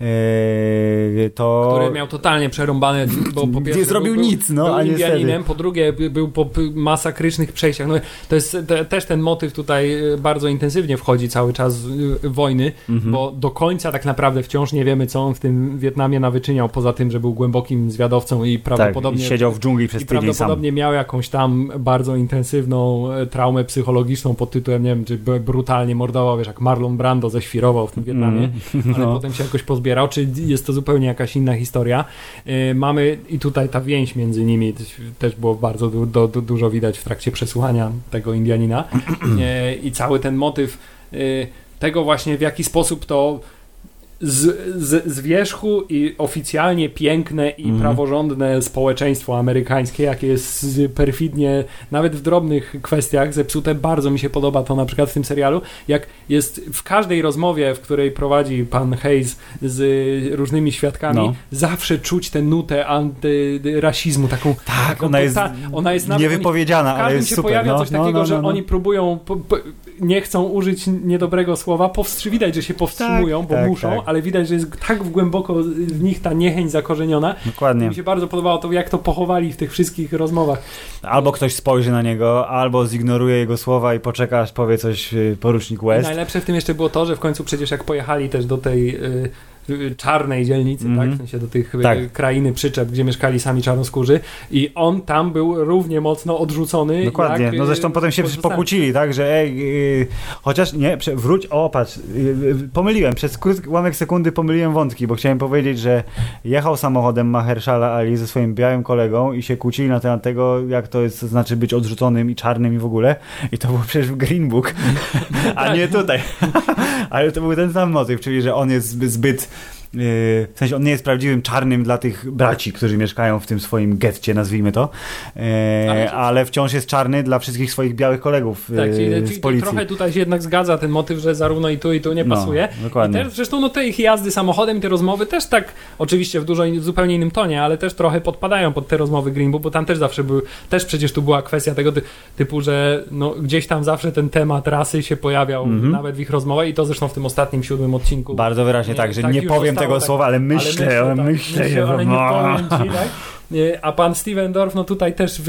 to... Który miał totalnie przerąbane, bo po pierwsze nie zrobił nic, no, był a Indianinem, po drugie był po masakrycznych przejściach. No, to jest też ten motyw tutaj bardzo intensywnie wchodzi cały czas wojny, bo do końca tak naprawdę wciąż nie wiemy, co on w tym Wietnamie nawyczyniał, poza tym, że był głębokim zwiadowcą i prawdopodobnie... Tak, i siedział w dżungli przez tydzień sam. I prawdopodobnie miał jakąś tam bardzo intensywną traumę psychologiczną pod tytułem, nie wiem, czy brutalnie mordował, wiesz, jak Marlon Brando ześwirował w tym Wietnamie, ale potem się jakoś pozbierał, czy jest to zupełnie jakaś inna historia. Mamy i tutaj ta więź między nimi też było bardzo dużo widać w trakcie przesłuchania tego Indianina i cały ten motyw tego właśnie, w jaki sposób to z wierzchu i oficjalnie piękne i praworządne społeczeństwo amerykańskie, jakie jest perfidnie, nawet w drobnych kwestiach zepsute. Bardzo mi się podoba to na przykład w tym serialu, jak jest w każdej rozmowie, w której prowadzi pan Hayes z różnymi świadkami, zawsze czuć tę nutę antyrasizmu, taką... Tak, ona jest niewypowiedziana, ale jest się super. Pojawia coś takiego, że oni próbują, nie chcą użyć niedobrego słowa, widać, że się powstrzymują, bo muszą, ale widać, że jest tak głęboko w nich ta niechęć zakorzeniona. Dokładnie. Mi się bardzo podobało to, jak to pochowali w tych wszystkich rozmowach. Albo ktoś spojrzy na niego, albo zignoruje jego słowa i poczeka, aż powie coś porucznik West. I najlepsze w tym jeszcze było to, że w końcu przecież jak pojechali też do tej czarnej dzielnicy, tak? W sensie do tych krainy przyczep, gdzie mieszkali sami czarnoskórzy i on tam był równie mocno odrzucony. Dokładnie, jak, no zresztą potem się pokłócili, tak, że chociaż nie, wróć, patrz, pomyliłem, przez ułamek sekundy pomyliłem wątki, bo chciałem powiedzieć, że jechał samochodem Mahershala Ali ze swoim białym kolegą i się kłócili na temat tego, jak to jest, znaczy być odrzuconym i czarnym i w ogóle, i to było przecież w Green Book, a nie tutaj. Ale to był ten sam motyw, czyli że on jest zbyt w sensie on nie jest prawdziwym czarnym dla tych braci, którzy mieszkają w tym swoim getcie, nazwijmy to, ale wciąż jest czarny dla wszystkich swoich białych kolegów z policji. Trochę tutaj się jednak zgadza ten motyw, że zarówno i tu nie pasuje. Dokładnie. I też, zresztą te ich jazdy samochodem i te rozmowy też tak, oczywiście w zupełnie innym tonie, ale też trochę podpadają pod te rozmowy Green Book, bo tam też zawsze też przecież tu była kwestia tego typu, że gdzieś tam zawsze ten temat rasy się pojawiał nawet w ich rozmowach i to zresztą w tym ostatnim 7 odcinku. Bardzo wyraźnie tak, że nie powiem tego słowa, ale myślę, ale nie powiem ci, tak? A pan Steven Dorff, tutaj też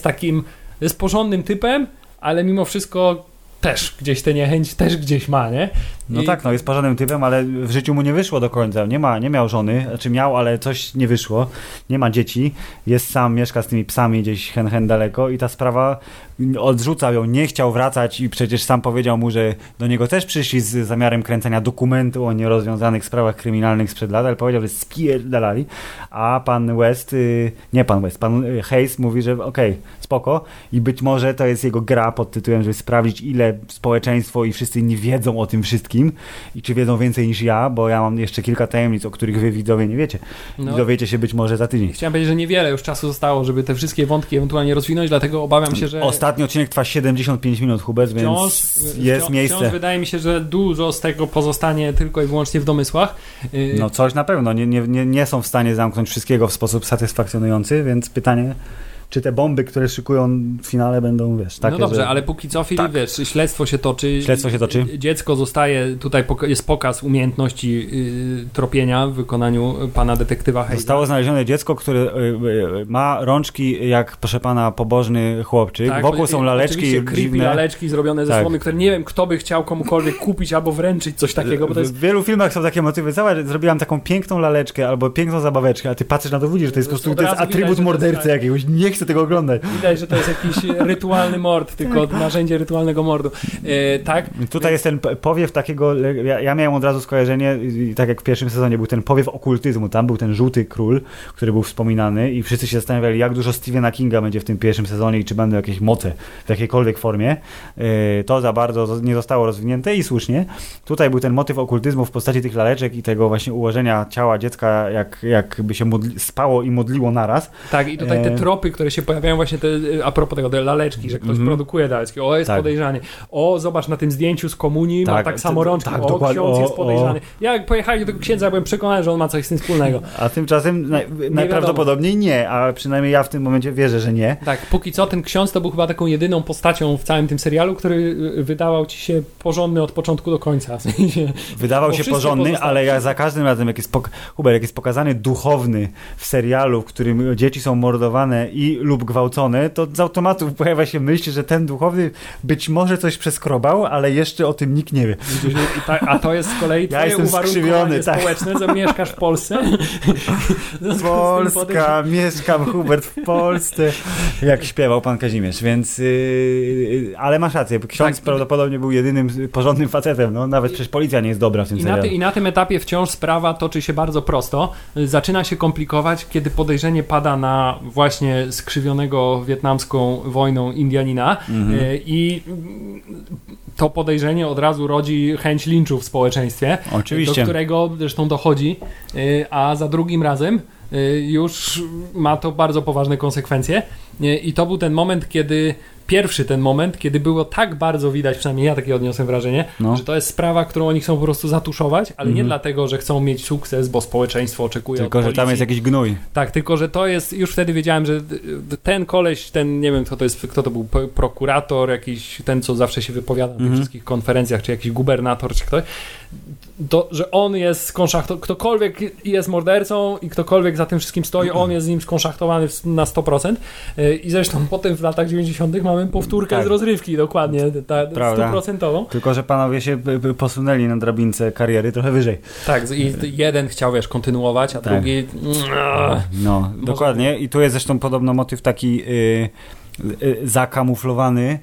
jest porządnym typem, ale mimo wszystko też gdzieś tę niechęć też gdzieś ma, nie? Jest porządnym typem, ale w życiu mu nie wyszło do końca. Nie miał żony, znaczy miał, ale coś nie wyszło. Nie ma dzieci, jest sam, mieszka z tymi psami gdzieś hen daleko i ta sprawa odrzucał ją, nie chciał wracać i przecież sam powiedział mu, że do niego też przyszli z zamiarem kręcenia dokumentu o nierozwiązanych sprawach kryminalnych sprzed lat, ale powiedział, że spierdalali, a pan Hayes mówi, że okej, spoko i być może to jest jego gra pod tytułem, żeby sprawdzić, ile społeczeństwo i wszyscy inni wiedzą o tym wszystkim i czy wiedzą więcej niż ja, bo ja mam jeszcze kilka tajemnic, o których wy widzowie nie wiecie. I dowiecie się być może za tydzień. Chciałem powiedzieć, że niewiele już czasu zostało, żeby te wszystkie wątki ewentualnie rozwinąć, dlatego obawiam się, że... Ostatni odcinek trwa 75 minut, Hubert, więc jest miejsce. Wciąż wydaje mi się, że dużo z tego pozostanie tylko i wyłącznie w domysłach. Coś na pewno. Nie są w stanie zamknąć wszystkiego w sposób satysfakcjonujący, więc pytanie... Czy te bomby, które szykują w finale będą, takie, dobrze, ale póki co, Filip, śledztwo się toczy. Dziecko zostaje, tutaj jest pokaz umiejętności tropienia w wykonaniu pana detektywa Hayesa. Zostało znalezione dziecko, które ma rączki jak, proszę pana, pobożny chłopczyk. Wokół są laleczki creepy laleczki zrobione ze słomy, które nie wiem, kto by chciał komukolwiek kupić albo wręczyć coś takiego. Bo to jest... W wielu filmach są takie motywy. Zrobiłam taką piękną laleczkę albo piękną zabaweczkę, a ty patrzysz na to, widzisz, że to jest po prostu atrybut mordercy jakiegoś. Nie chcę tego oglądać. Widać, że to jest jakiś rytualny mord, tylko narzędzie rytualnego mordu. Tak? Tutaj jest ten powiew takiego, ja miałem od razu skojarzenie, tak jak w pierwszym sezonie był ten powiew okultyzmu, tam był ten żółty król, który był wspominany i wszyscy się zastanawiali, jak dużo Stephena Kinga będzie w tym pierwszym sezonie i czy będą jakieś moce w jakiejkolwiek formie. To za bardzo nie zostało rozwinięte i słusznie. Tutaj był ten motyw okultyzmu w postaci tych laleczek i tego właśnie ułożenia ciała dziecka, jakby się spało i modliło naraz. Tak, i tutaj te tropy, które się pojawiają właśnie te, a propos tego, te laleczki, że ktoś produkuje laleczki, o, jest podejrzany, o, zobacz na tym zdjęciu z komunii, ma tak samo rączki, o, ksiądz jest podejrzany. Jak pojechali do tego księdza, byłem przekonany, że on ma coś z tym wspólnego. A tymczasem najprawdopodobniej nie, a przynajmniej ja w tym momencie wierzę, że nie. Tak, póki co ten ksiądz to był chyba taką jedyną postacią w całym tym serialu, który wydawał ci się porządny od początku do końca. W sensie, wydawał się porządny, ale jak za każdym razem, jak jest pokazany duchowny w serialu, w którym dzieci są mordowane lub gwałcone, to z automatu pojawia się myśl, że ten duchowny być może coś przeskrobał, ale jeszcze o tym nikt nie wie. A to jest z kolei twoje uwarunkowanie społeczne, że mieszkasz w Polsce. Polska, mieszkam, Hubert, w Polsce. Jak śpiewał pan Kazimierz, więc ale masz rację, ksiądz prawdopodobnie był jedynym porządnym facetem, no nawet przecież policja nie jest dobra w tym serialu. I na tym etapie wciąż sprawa toczy się bardzo prosto. Zaczyna się komplikować, kiedy podejrzenie pada na właśnie skrzywionego wietnamską wojną Indianina i to podejrzenie od razu rodzi chęć linczu w społeczeństwie, oczywiście, do którego zresztą dochodzi, a za drugim razem już ma to bardzo poważne konsekwencje i to był ten moment, kiedy było tak bardzo widać, przynajmniej ja takie odniosłem wrażenie, że to jest sprawa, którą oni chcą po prostu zatuszować, ale nie dlatego, że chcą mieć sukces, bo społeczeństwo oczekuje tylko, od że policji. tam jest jakiś gnój. Tak, tylko, że to jest, już wtedy wiedziałem, że ten koleś, nie wiem kto to był, prokurator jakiś, ten co zawsze się wypowiada na tych wszystkich konferencjach, czy jakiś gubernator, czy ktoś, że on jest skonszachtowany, ktokolwiek jest mordercą i ktokolwiek za tym wszystkim stoi, on jest z nim skonszachtowany na 100%. I zresztą potem w latach 90. mamy powtórkę z rozrywki, dokładnie, 100%. Tylko, że panowie się posunęli na drabince kariery trochę wyżej. Tak, i jeden chciał, kontynuować, a drugi... No, dokładnie. I tu jest zresztą podobno motyw taki zakamuflowany,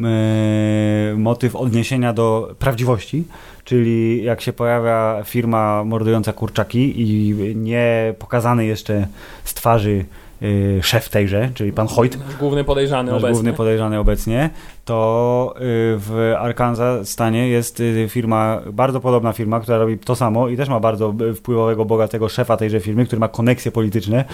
motyw odniesienia do prawdziwości. Czyli jak się pojawia firma mordująca kurczaki i nie pokazany jeszcze z twarzy szef tejże, czyli pan Hoyt, nasz główny podejrzany obecnie, to w Arkansas stanie jest firma, bardzo podobna firma, która robi to samo i też ma bardzo wpływowego, bogatego szefa tejże firmy, który ma koneksje polityczne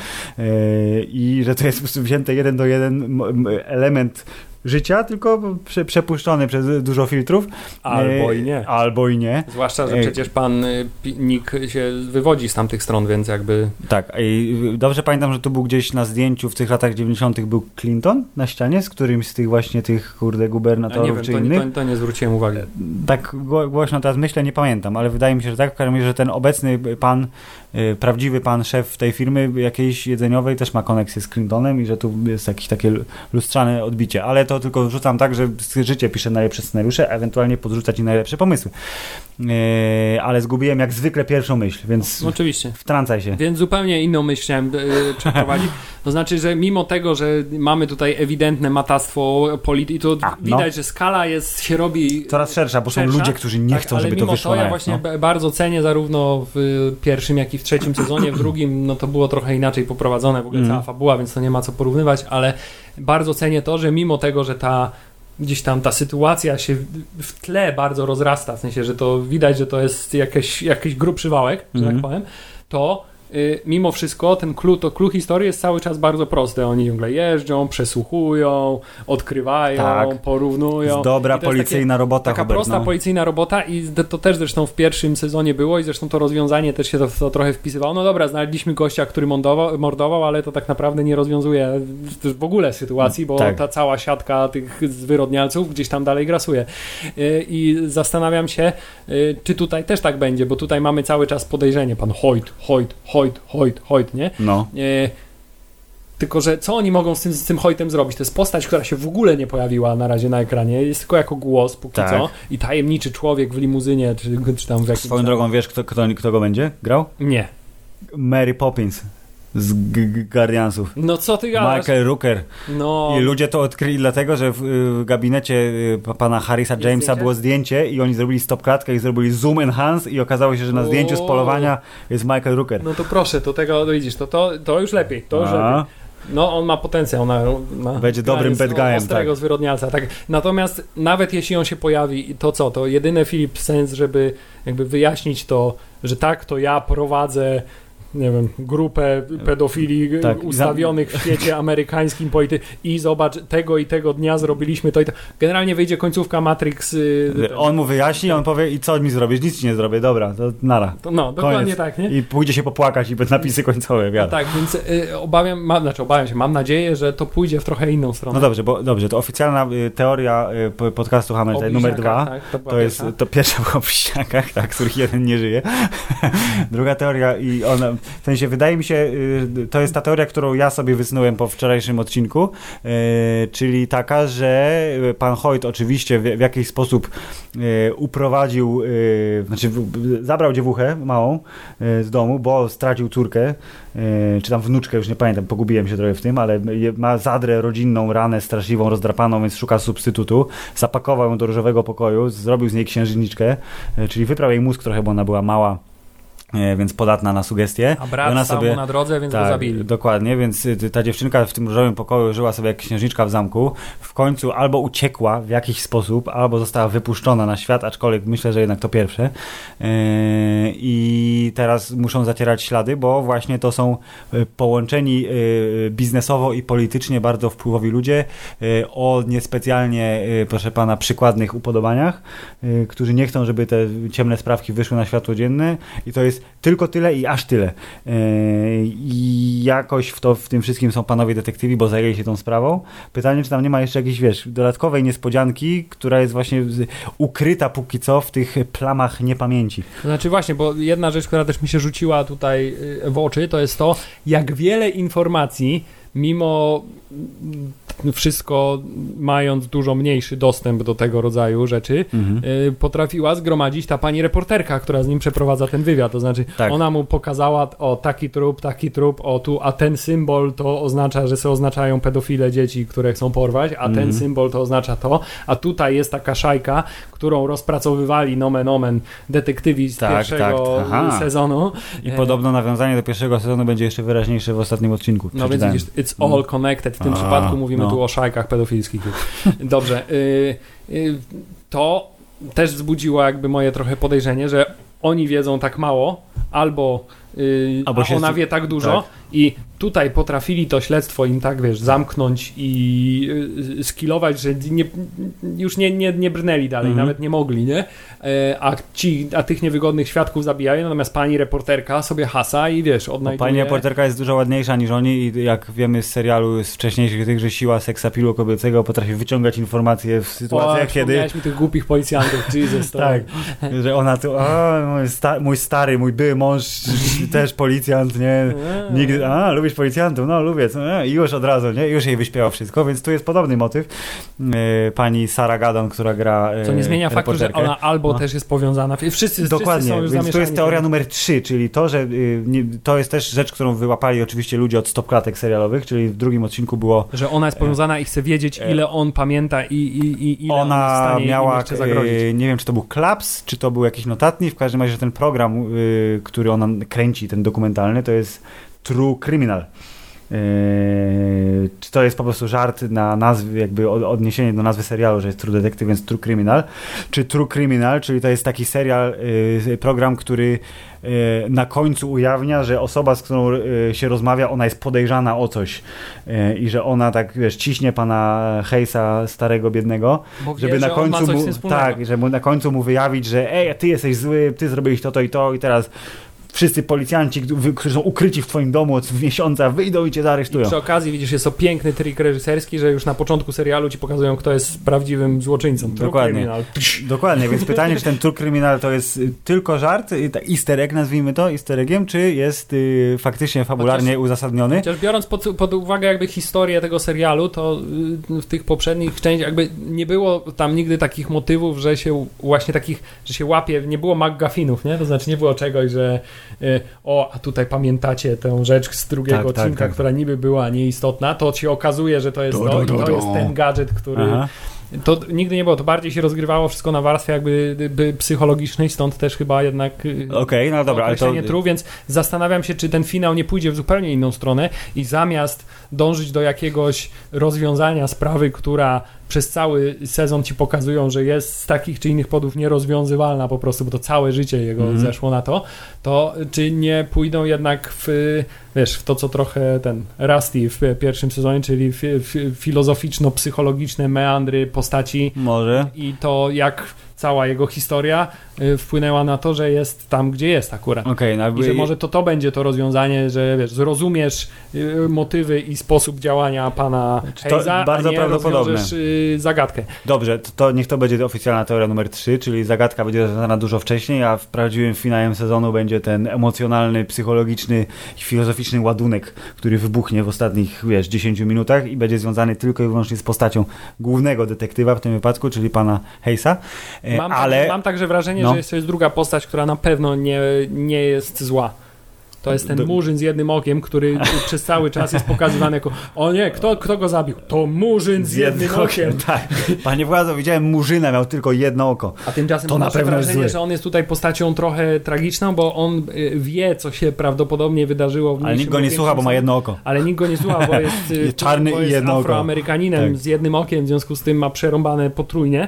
i że to jest po prostu wzięte 1 do 1 element życia, tylko przepuszczony przez dużo filtrów. Albo i nie. Zwłaszcza, że przecież pan Nick się wywodzi z tamtych stron, więc jakby... Tak, i dobrze pamiętam, że tu był gdzieś na zdjęciu w tych latach 90. był Clinton na ścianie z którymś z tych właśnie gubernatorów czy innych. To nie zwróciłem uwagi. Tak głośno teraz myślę, nie pamiętam, ale wydaje mi się, że tak. W każdym razie, że ten obecny pan, prawdziwy pan szef tej firmy jakiejś jedzeniowej też ma koneksję z Clintonem i że tu jest jakieś takie lustrzane odbicie, ale to tylko wrzucam tak, że życie pisze najlepsze scenariusze, a ewentualnie podrzucać i najlepsze pomysły. Ale zgubiłem jak zwykle pierwszą myśl, więc oczywiście. Wtrącaj się. Więc zupełnie inną myśl chciałem przeprowadzić. To znaczy, że mimo tego, że mamy tutaj ewidentne matactwo polityki, to widać, że skala się robi coraz szersza, bo są ludzie, którzy nie chcą, żeby to wyszło. Ale mimo to ja właśnie bardzo cenię zarówno w pierwszym, jak i w trzecim sezonie, w drugim no to było trochę inaczej poprowadzone, w ogóle cała fabuła, więc to nie ma co porównywać, ale bardzo cenię to, że mimo tego, że gdzieś tam ta sytuacja się w tle bardzo rozrasta, w sensie, że to widać, że to jest jakiś grubszy wałek, że tak powiem, to mimo wszystko clue historii jest cały czas bardzo prosty. Oni ciągle jeżdżą, przesłuchują, odkrywają, porównują. Jest dobra policyjna robota. Taka prosta policyjna robota i to też zresztą w pierwszym sezonie było i zresztą to rozwiązanie też się to trochę wpisywało. No dobra, znaleźliśmy gościa, który mordował, ale to tak naprawdę nie rozwiązuje w ogóle sytuacji, bo ta cała siatka tych zwyrodnialców gdzieś tam dalej grasuje. I zastanawiam się, czy tutaj też tak będzie, bo tutaj mamy cały czas podejrzenie. Pan Hoyt, nie? No. Tylko, że co oni mogą z tym Hoytem zrobić? To jest postać, która się w ogóle nie pojawiła na razie na ekranie, jest tylko jako głos póki co i tajemniczy człowiek w limuzynie, czy tam w jakimś... Swoją drogą wiesz, kto go będzie grał? Nie. Mary Poppins z Guardiansów. No co ty gadasz? Michael Rooker. No. I ludzie to odkryli dlatego, że w gabinecie pana Harrisa Jamesa było zdjęcie i oni zrobili stopklatkę i zrobili zoom enhance i okazało się, że na zdjęciu z polowania jest Michael Rooker. No to proszę, to tego widzisz, to już lepiej. To już lepiej. No, on ma potencjał będzie dobrym bad guyem, ostrego zwyrodnialca, tak. Natomiast nawet jeśli on się pojawi, to jedyne Philip sens, żeby jakby wyjaśnić to, że tak, to ja prowadzę nie wiem, grupę pedofili ustawionych w świecie amerykańskim i zobacz, tego i tego dnia zrobiliśmy to i to. Generalnie wyjdzie końcówka Matrix. On mu wyjaśni, on powie i co mi zrobisz? Nic ci nie zrobię, dobra, to nara. Dokładnie koniec. Tak, nie? I pójdzie się popłakać i bez napisy końcowe, wiadomo. Tak, więc obawiam się, mam nadzieję, że to pójdzie w trochę inną stronę. No dobrze, to oficjalna teoria podcastu Hammer Time numer 2, tak, to pierwsza była o bliźniakach, tak, których jeden nie żyje. Druga teoria i ona, w sensie wydaje mi się, to jest ta teoria, którą ja sobie wysnułem po wczorajszym odcinku, czyli taka, że pan Hoyt oczywiście w jakiś sposób uprowadził, zabrał dziewuchę małą z domu, bo stracił córkę, czy tam wnuczkę, już nie pamiętam, pogubiłem się trochę w tym, ale ma zadrę rodzinną, ranę straszliwą, rozdrapaną, więc szuka substytutu. Zapakował ją do różowego pokoju, zrobił z niej księżniczkę, czyli wyprał jej mózg trochę, bo ona była mała, więc podatna na sugestie. A brat stał mu na drodze, więc go zabili. Dokładnie, więc ta dziewczynka w tym różowym pokoju żyła sobie jak księżniczka w zamku. W końcu albo uciekła w jakiś sposób, albo została wypuszczona na świat, aczkolwiek myślę, że jednak to pierwsze. I teraz muszą zacierać ślady, bo właśnie to są połączeni biznesowo i politycznie bardzo wpływowi ludzie o niespecjalnie, proszę pana, przykładnych upodobaniach, którzy nie chcą, żeby te ciemne sprawki wyszły na światło dzienne i to jest tylko tyle i aż tyle. I jakoś w tym wszystkim są panowie detektywi, bo zajęli się tą sprawą. Pytanie, czy tam nie ma jeszcze jakiejś, dodatkowej niespodzianki, która jest właśnie ukryta póki co w tych plamach niepamięci. To znaczy właśnie, bo jedna rzecz, która też mi się rzuciła tutaj w oczy, to jest to, jak wiele informacji, mimo wszystko mając dużo mniejszy dostęp do tego rodzaju rzeczy, potrafiła zgromadzić ta pani reporterka, która z nim przeprowadza ten wywiad. To znaczy, ona mu pokazała, taki trup, a ten symbol to oznacza, że se oznaczają pedofile dzieci, które chcą porwać, a ten symbol to oznacza to, a tutaj jest taka szajka, którą rozpracowywali nomen omen detektywi z pierwszego sezonu. I podobno nawiązanie do pierwszego sezonu będzie jeszcze wyraźniejsze w ostatnim odcinku. No więc widzisz, it's all connected. W tym przypadku mówimy tu o szajkach pedofilskich. Dobrze. To też wzbudziło jakby moje trochę podejrzenie, że oni wiedzą tak mało, albo ona wie tak dużo i tutaj potrafili to śledztwo im tak, zamknąć i skillować, że już nie brnęli dalej, nawet nie mogli, nie? A tych niewygodnych świadków zabijają, natomiast pani reporterka sobie hasa i odnajduje... Pani reporterka jest dużo ładniejsza niż oni i jak wiemy z serialu z wcześniejszych tych, że siła seksapilu kobiecego potrafi wyciągać informacje w sytuacjach, kiedy... Wspomniałeś mi tych głupich policjantów, Jesus. Tak, że ona tu, mój były mąż, też policjant, nie? Nigdy, lubisz policjantów? No, lubię. I już od razu, nie? Już jej wyśpiewa wszystko, więc tu jest podobny motyw. Pani Sarah Gadon, która gra co nie zmienia faktu, że ona albo też jest powiązana. Wszyscy są już więc to jest teoria numer 3, czyli to, że to jest też rzecz, którą wyłapali oczywiście ludzie od stopklatek serialowych, czyli w drugim odcinku było... Że ona jest powiązana i chce wiedzieć, ile on pamięta i ile ona on jest w stanie miała, chce zagrozić. Nie wiem, czy to był klaps, czy to był jakiś notatnik, w każdym razie ten program, który ona kręci, ten dokumentalny, to jest True Criminal. Czy to jest po prostu żart na nazwy, jakby odniesienie do nazwy serialu, że jest True Detective, więc True Criminal, czy True Criminal, czyli to jest taki serial, program, który na końcu ujawnia, że osoba, z którą się rozmawia, ona jest podejrzana o coś i że ona tak, ciśnie pana Hayesa, starego, biednego, żeby na końcu żeby na końcu mu wyjawić, że ty jesteś zły, ty zrobiłeś to i to i teraz wszyscy policjanci, którzy są ukryci w twoim domu od miesiąca, wyjdą i cię zaaresztują. I przy okazji widzisz, jest to piękny trik reżyserski, że już na początku serialu ci pokazują, kto jest prawdziwym złoczyńcą. Dokładnie, więc pytanie, czy ten True Criminal to jest tylko żart, easter egg, nazwijmy to easter eggiem, czy jest faktycznie fabularnie uzasadniony? Chociaż biorąc pod uwagę jakby historię tego serialu, to w tych poprzednich częściach jakby nie było tam nigdy takich motywów, że się właśnie takich, że się łapie, nie było McGuffinów, nie? To znaczy nie było czegoś, że a tutaj pamiętacie tę rzecz z drugiego odcinka, która niby była nieistotna, to się okazuje, że to jest to jest ten gadżet, który... To nigdy nie było, to bardziej się rozgrywało wszystko na warstwie jakby psychologicznej, stąd też chyba jednak no dobra, ale to... true, więc zastanawiam się, czy ten finał nie pójdzie w zupełnie inną stronę i zamiast dążyć do jakiegoś rozwiązania sprawy, która przez cały sezon ci pokazują, że jest z takich czy innych powodów nierozwiązywalna po prostu, bo to całe życie jego zeszło na to czy nie pójdą jednak w to, co trochę ten Rusty w pierwszym sezonie, czyli filozoficzno-psychologiczne meandry postaci. Może. I to, jak cała jego historia wpłynęła na to, że jest tam, gdzie jest akurat. I że może to będzie to rozwiązanie, że zrozumiesz motywy i sposób działania pana Hayesa, bardzo a nie prawdopodobne. Zagadkę. Dobrze, to niech to będzie oficjalna teoria numer 3, czyli zagadka będzie rozwiązana dużo wcześniej, a w prawdziwym finałem sezonu będzie ten emocjonalny, psychologiczny i filozoficzny ładunek, który wybuchnie w ostatnich, 10 minutach i będzie związany tylko i wyłącznie z postacią głównego detektywa w tym wypadku, czyli pana Hayesa. Mam także wrażenie, że jest druga postać, która na pewno nie jest zła. To jest ten Murzyn z jednym okiem, który przez cały czas jest pokazywany jako o nie, kto go zabił? To Murzyn z jednym okiem. Tak. Panie władzo, widziałem Murzyna, miał tylko jedno oko. A tymczasem to na pewno wrażenie, że on jest tutaj postacią trochę tragiczną, bo on wie, co się prawdopodobnie wydarzyło w Ale nikt go nie słucha, bo ma jedno oko. Ale nikt go nie słucha, bo jest czarny i jedno oko. Afroamerykaninem z jednym okiem, w związku z tym ma przerąbane potrójnie.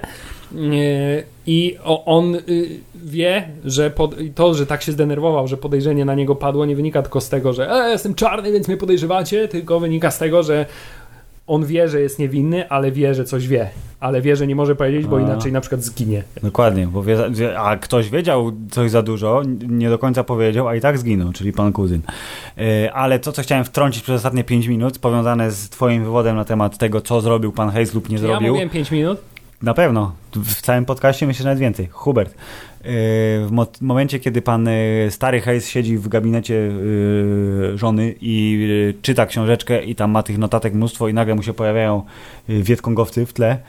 I on wie, że że tak się zdenerwował, że podejrzenie na niego padło, nie wynika tylko z tego, że jestem czarny, więc mnie podejrzewacie, tylko wynika z tego, że on wie, że jest niewinny, ale wie, że coś wie. Ale wie, że nie może powiedzieć, bo inaczej na przykład zginie. Dokładnie, bo a ktoś wiedział coś za dużo, nie do końca powiedział, a i tak zginął, czyli pan kuzyn. Ale to, co chciałem wtrącić przez ostatnie 5 minut, powiązane z twoim wywodem na temat tego, co zrobił pan Hayes lub nie zrobił. Ja mówiłem 5 minut. Na pewno. W całym podcaście myślę, że nawet więcej. Hubert, w momencie, kiedy pan stary Hayes siedzi w gabinecie żony i czyta książeczkę i tam ma tych notatek mnóstwo i nagle mu się pojawiają wietkongowcy w tle,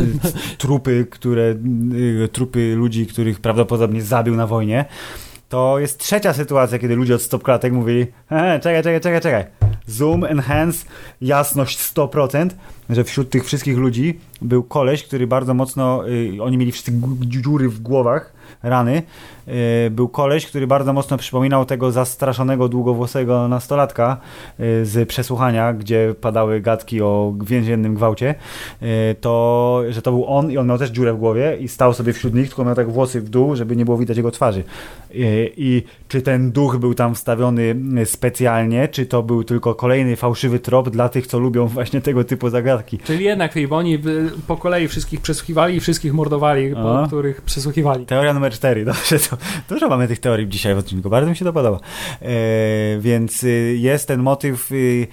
trupy ludzi, których prawdopodobnie zabił na wojnie, to jest trzecia sytuacja, kiedy ludzie od stopklatek mówili czekaj. Zoom, enhance, jasność 100%, że wśród tych wszystkich ludzi był koleś, który bardzo mocno, oni mieli wszyscy dziury w głowach, rany, był koleś, który bardzo mocno przypominał tego zastraszonego, długowłosego nastolatka z przesłuchania, gdzie padały gadki o więziennym gwałcie, że to był on i on miał też dziurę w głowie i stał sobie wśród nich, tylko miał tak włosy w dół, żeby nie było widać jego twarzy. I czy ten duch był tam wstawiony specjalnie, czy to był tylko kolejny fałszywy trop dla tych, co lubią właśnie tego typu zagadki. Czyli jednak oni po kolei wszystkich przesłuchiwali i wszystkich mordowali, po których przesłuchiwali. Teoria numer 4. Dobrze, to dużo mamy tych teorii dzisiaj w odcinku. Bardzo mi się to podoba. Więc jest ten motyw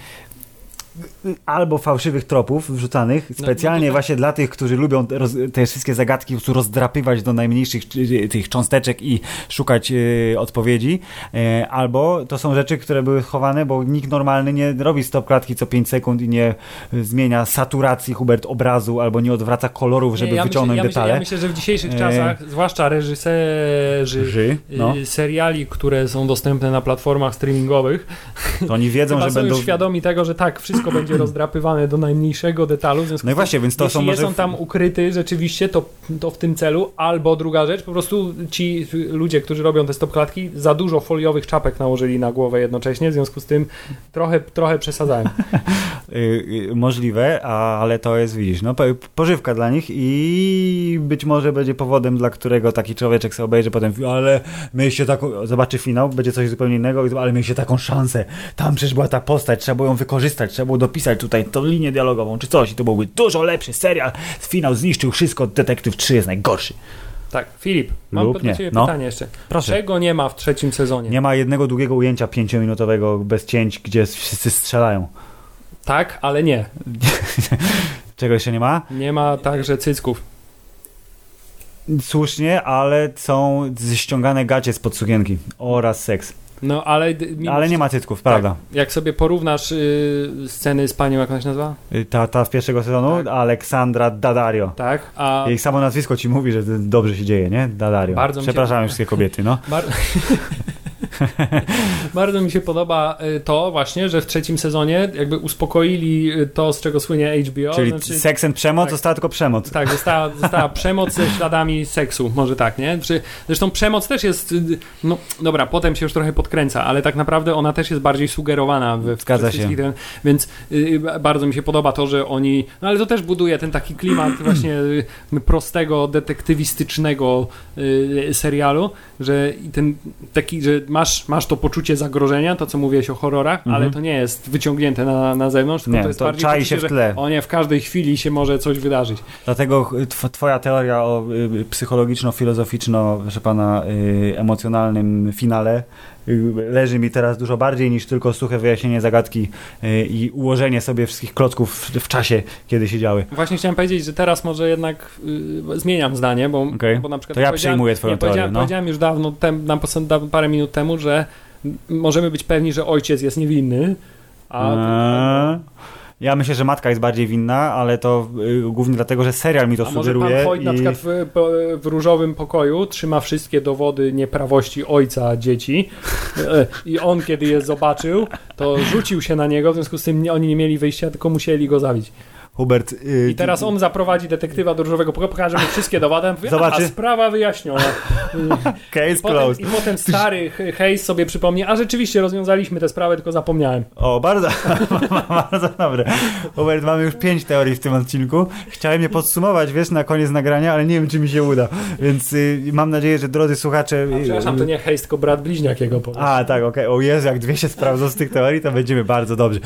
albo fałszywych tropów wrzucanych specjalnie właśnie dla tych, którzy lubią te wszystkie zagadki po prostu rozdrapywać do najmniejszych tych cząsteczek i szukać odpowiedzi, albo to są rzeczy, które były chowane, bo nikt normalny nie robi stopklatki co 5 sekund i nie zmienia saturacji obrazu, albo nie odwraca kolorów, żeby wyciągnąć detale. Ja myślę, że w dzisiejszych czasach, zwłaszcza reżyserzy seriali, które są dostępne na platformach streamingowych, to oni wiedzą, że będą już świadomi tego, że tak, wszystko będzie rozdrapywane do najmniejszego detalu. W związku właśnie, więc to jeśli są tam ukryty rzeczywiście, to w tym celu, albo druga rzecz, po prostu ci ludzie, którzy robią te stopklatki, za dużo foliowych czapek nałożyli na głowę jednocześnie, w związku z tym trochę przesadzałem. Możliwe, ale to jest, widzisz, pożywka dla nich i być może będzie powodem, dla którego taki człowieczek sobie obejrzy potem, ale mieliście taką, zobaczy finał, będzie coś zupełnie innego, ale mieliście taką szansę, tam przecież była ta postać, trzeba było ją wykorzystać, trzeba było dopisać tutaj tą linię dialogową, czy coś i to byłby dużo lepszy serial, finał zniszczył wszystko, Detektyw 3 jest najgorszy. Tak, Filip, mam do ciebie pytanie jeszcze. Proszę. Czego nie ma w trzecim sezonie? Nie ma jednego długiego ujęcia 5-minutowego bez cięć, gdzie wszyscy strzelają. Tak, ale nie. Czego jeszcze nie ma? Nie ma także cycków. Słusznie, ale są ściągane gacie spod sukienki oraz seks. No, ale nie ma cycków, prawda. Tak, jak sobie porównasz sceny z panią, jak ona się nazywa? Ta z pierwszego sezonu? Tak. Aleksandra Daddario. Tak. Jej samo nazwisko ci mówi, że dobrze się dzieje, nie? Daddario. Bardzo przepraszam wszystkie kobiety, no. Bardzo mi się podoba to właśnie, że w trzecim sezonie jakby uspokoili to, z czego słynie HBO. Czyli seks and przemoc, tak, została tylko przemoc. Tak, została przemoc ze śladami seksu, może tak, nie? Zresztą przemoc też jest, no dobra, potem się już trochę podkręca, ale tak naprawdę ona też jest bardziej sugerowana w Zgadza się. Więc bardzo mi się podoba to, że oni, no ale to też buduje ten taki klimat właśnie prostego, detektywistycznego serialu, że ten taki, że masz to poczucie zagrożenia, to co mówiłeś o horrorach, ale to nie jest wyciągnięte na zewnątrz, tylko nie, to jest to bardziej czai poczucie, się w tle. że o nie, w każdej chwili się może coś wydarzyć. Dlatego twoja teoria o psychologiczno-filozoficzno, proszę pana, emocjonalnym finale leży mi teraz dużo bardziej niż tylko suche wyjaśnienie zagadki i ułożenie sobie wszystkich klocków w czasie, kiedy się działy. Właśnie chciałem powiedzieć, że teraz może jednak zmieniam zdanie, bo na przykład to ja przyjmuję twoją teorię. Powiedziałem już dawno, parę minut temu, że możemy być pewni, że ojciec jest niewinny, ja myślę, że matka jest bardziej winna, ale to głównie dlatego, że serial mi to sugeruje. Może pan Hoyt na przykład w różowym pokoju trzyma wszystkie dowody nieprawości ojca dzieci i on, kiedy je zobaczył, to rzucił się na niego, w związku z tym oni nie mieli wyjścia, tylko musieli go zabić. Hubert... I teraz on zaprowadzi detektywa do różowego pokoju, pokaże mu wszystkie dowody, mówi, a sprawa wyjaśniona. Case closed. I potem stary Hayes sobie przypomni, a rzeczywiście rozwiązaliśmy tę sprawę, tylko zapomniałem. O, bardzo dobre. Hubert, mamy już 5 teorii w tym odcinku. Chciałem je podsumować, wiesz, na koniec nagrania, ale nie wiem, czy mi się uda. Więc mam nadzieję, że drodzy słuchacze... Przepraszam, to nie Hayes, tylko brat bliźniak jego powie. A, tak, okej. O Jezu, jak 2 się sprawdzą z tych teorii, to będziemy bardzo dobrzy.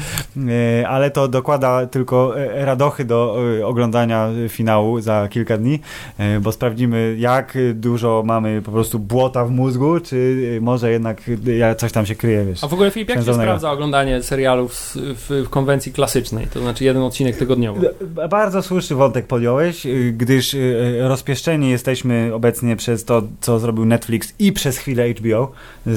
Ale to dokłada tylko radochy do oglądania finału za kilka dni, bo sprawdzimy, jak dużo mamy po prostu błota w mózgu, czy może jednak coś tam się kryje, wiesz. A w ogóle, Filip, jak się sprawdza oglądanie serialów w konwencji klasycznej, to znaczy jeden odcinek tygodniowo? Bardzo słuszny wątek podjąłeś, gdyż rozpieszczeni jesteśmy obecnie przez to, co zrobił Netflix i przez chwilę HBO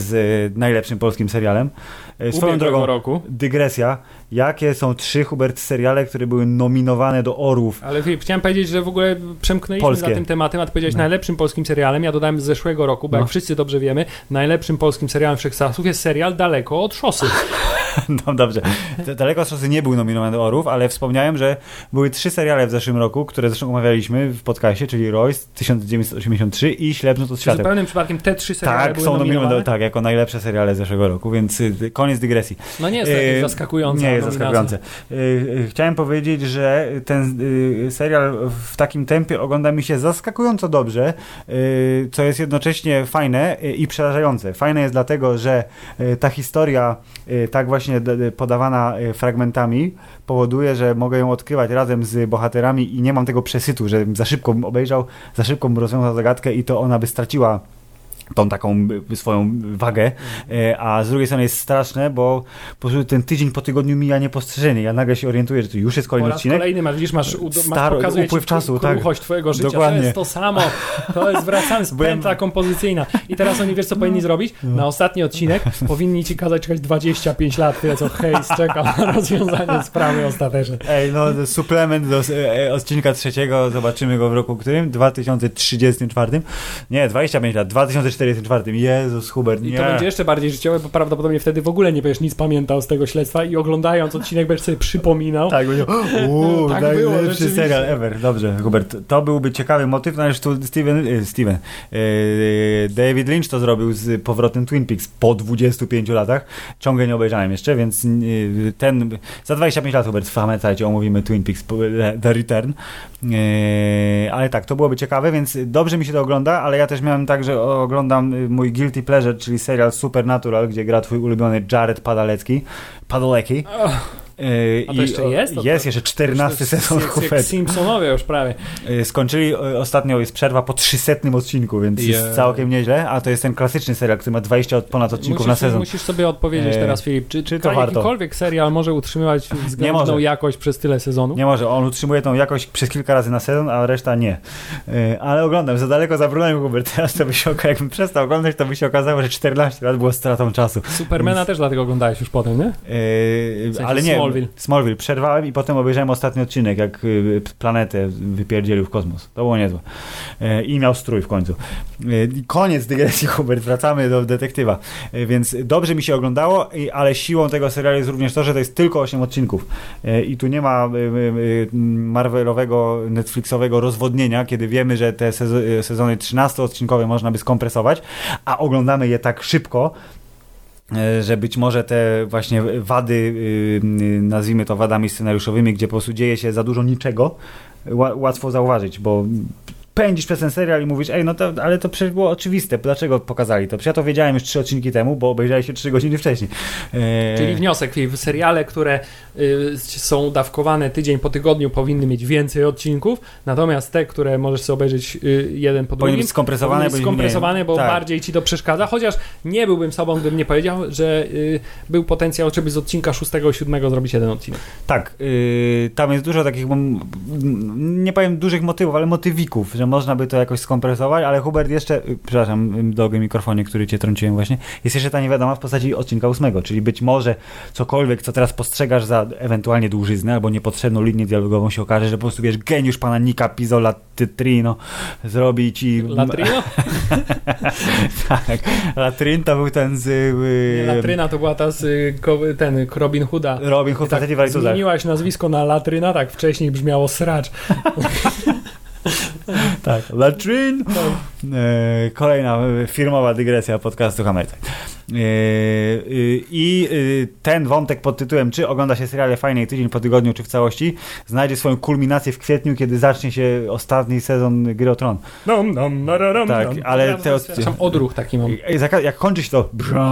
z najlepszym polskim serialem. Swoją drogą, dygresja. Jakie są 3, Hubert, seriale, które były nominowane do Orłów? Ale Filip, chciałem powiedzieć, że w ogóle przemknęliśmy za tym tematem, a ty powiedziałeś najlepszym polskim serialem. Ja dodałem z zeszłego roku, bo jak wszyscy dobrze wiemy, najlepszym polskim serialem wszechczasów jest serial Daleko od szosy. No dobrze. Daleko od szosy nie był nominowany do Orłów, ale wspomniałem, że były 3 seriale w zeszłym roku, które zresztą omawialiśmy w podcaście, czyli Royce 1983 i Ślepnąc od świateł. Zupełnym przypadkiem te 3 seriale były są nominowane? Tak, jako najlepsze seriale z zeszłego roku, więc koniec dygresji. No nie jest takie zaskakujące. Nie jest zaskakujące. Chciałem powiedzieć, że ten serial w takim tempie ogląda mi się zaskakująco dobrze, co jest jednocześnie fajne i przerażające. Fajne jest dlatego, że ta historia tak właśnie podawana fragmentami powoduje, że mogę ją odkrywać razem z bohaterami i nie mam tego przesytu, że za szybko bym obejrzał, za szybko bym rozwiązał zagadkę i to ona by straciła tą taką swoją wagę, a z drugiej strony jest straszne, bo po prostu ten tydzień po tygodniu mija niepostrzeżenie. Ja nagle się orientuję, że to już jest kolejny odcinek. Kolejny, masz upływ czasu, kruchość twojego życia. Dokładnie. To jest to samo. To jest wracamy z pętla kompozycyjna. I teraz oni, wiesz co powinni zrobić? Na ostatni odcinek powinni ci kazać czekać 25 lat, tyle co Hayes czekał na rozwiązanie sprawy ostateczne. No suplement do odcinka 3, zobaczymy go w roku którym? 2034? Nie, 25 lat, 2044. Jezus, Hubert, nie. I to będzie jeszcze bardziej życiowe, bo prawdopodobnie wtedy w ogóle nie będziesz nic pamiętał z tego śledztwa i oglądając odcinek będziesz sobie przypominał. Tak, będzie tak najlepszy serial ever. Dobrze, Hubert, to byłby ciekawy motyw, no już tu David Lynch to zrobił z powrotem Twin Peaks po 25 latach. Ciągle nie obejrzałem jeszcze, więc za 25 lat, Hubert, w Hammercajcie omówimy Twin Peaks The Return. Ale tak, to byłoby ciekawe, więc dobrze mi się to ogląda, ale ja też miałem tak, że oglądam mój guilty pleasure, czyli serial Supernatural, gdzie gra twój ulubiony Jared Padalecki. A to jeszcze jest? Jest jeszcze 14 sezon. Jak Simpsonowie już prawie. Skończyli, ostatnio jest przerwa po 300 odcinku, więc jest całkiem nieźle, a to jest ten klasyczny serial, który ma 20 ponad odcinków na sezon. Musisz sobie odpowiedzieć teraz, Filip, czy to warto? Jakikolwiek serial może utrzymywać względną jakość przez tyle sezonów? Nie może, on utrzymuje tą jakość przez kilka razy na sezon, a reszta nie. Ale oglądam, za daleko zabrałem, Hubert, teraz to by się okazało, jakbym przestał oglądać, to by się okazało, że 14 lat było stratą czasu. Supermana też dlatego oglądałeś już potem, nie? Ale nie, Smallville. Przerwałem i potem obejrzałem ostatni odcinek, jak planetę wypierdzielił w kosmos. To było niezłe. I miał strój w końcu. Koniec dygresji, Hubert. Wracamy do detektywa. Więc dobrze mi się oglądało, ale siłą tego serialu jest również to, że to jest tylko 8 odcinków. I tu nie ma Marvelowego, Netflixowego rozwodnienia, kiedy wiemy, że te sezony 13-odcinkowe można by skompresować, a oglądamy je tak szybko, że być może te właśnie wady, nazwijmy to wadami scenariuszowymi, gdzie po prostu dzieje się za dużo niczego, łatwo zauważyć, bo pędzisz przez ten serial i mówisz, no to, ale to przecież było oczywiste, dlaczego pokazali to? Przecież ja to wiedziałem już 3 odcinki temu, bo obejrzałem się 3 godziny wcześniej. Czyli wniosek, w seriale, które są dawkowane tydzień po tygodniu, powinny mieć więcej odcinków, natomiast te, które możesz sobie obejrzeć jeden po drugim, powinny być skompresowane, bo bardziej ci to przeszkadza, chociaż nie byłbym sobą, gdybym nie powiedział, że był potencjał, żeby z odcinka 6 i 7 zrobić jeden odcinek. Tak, tam jest dużo takich, nie powiem dużych motywów, ale motywików, że można by to jakoś skompresować, ale Hubert jeszcze, przepraszam, do mikrofonie, który cię trąciłem właśnie, jest jeszcze ta niewiadoma w postaci odcinka 8, czyli być może cokolwiek, co teraz postrzegasz za ewentualnie dłużyznę albo niepotrzebną linię dialogową, się okaże, że po prostu wiesz, geniusz pana Nika Pizzola Trino zrobi ci... Latrino? Tak, Latrin to był ten z... Nie, Latryna to była ta z ten Robin Hooda. Robin Hood, tak, zmieniłaś nazwisko na Latryna, tak wcześniej brzmiało Sracz. Tak, Latrin. Kolejna firmowa dygresja podcastu Hammertime. I ten wątek pod tytułem czy ogląda się seriale fajniej tydzień po tygodniu, czy w całości, znajdzie swoją kulminację w kwietniu, kiedy zacznie się ostatni sezon Gry o Tron. Tak, ale odruch taki mam. Jak kończy się to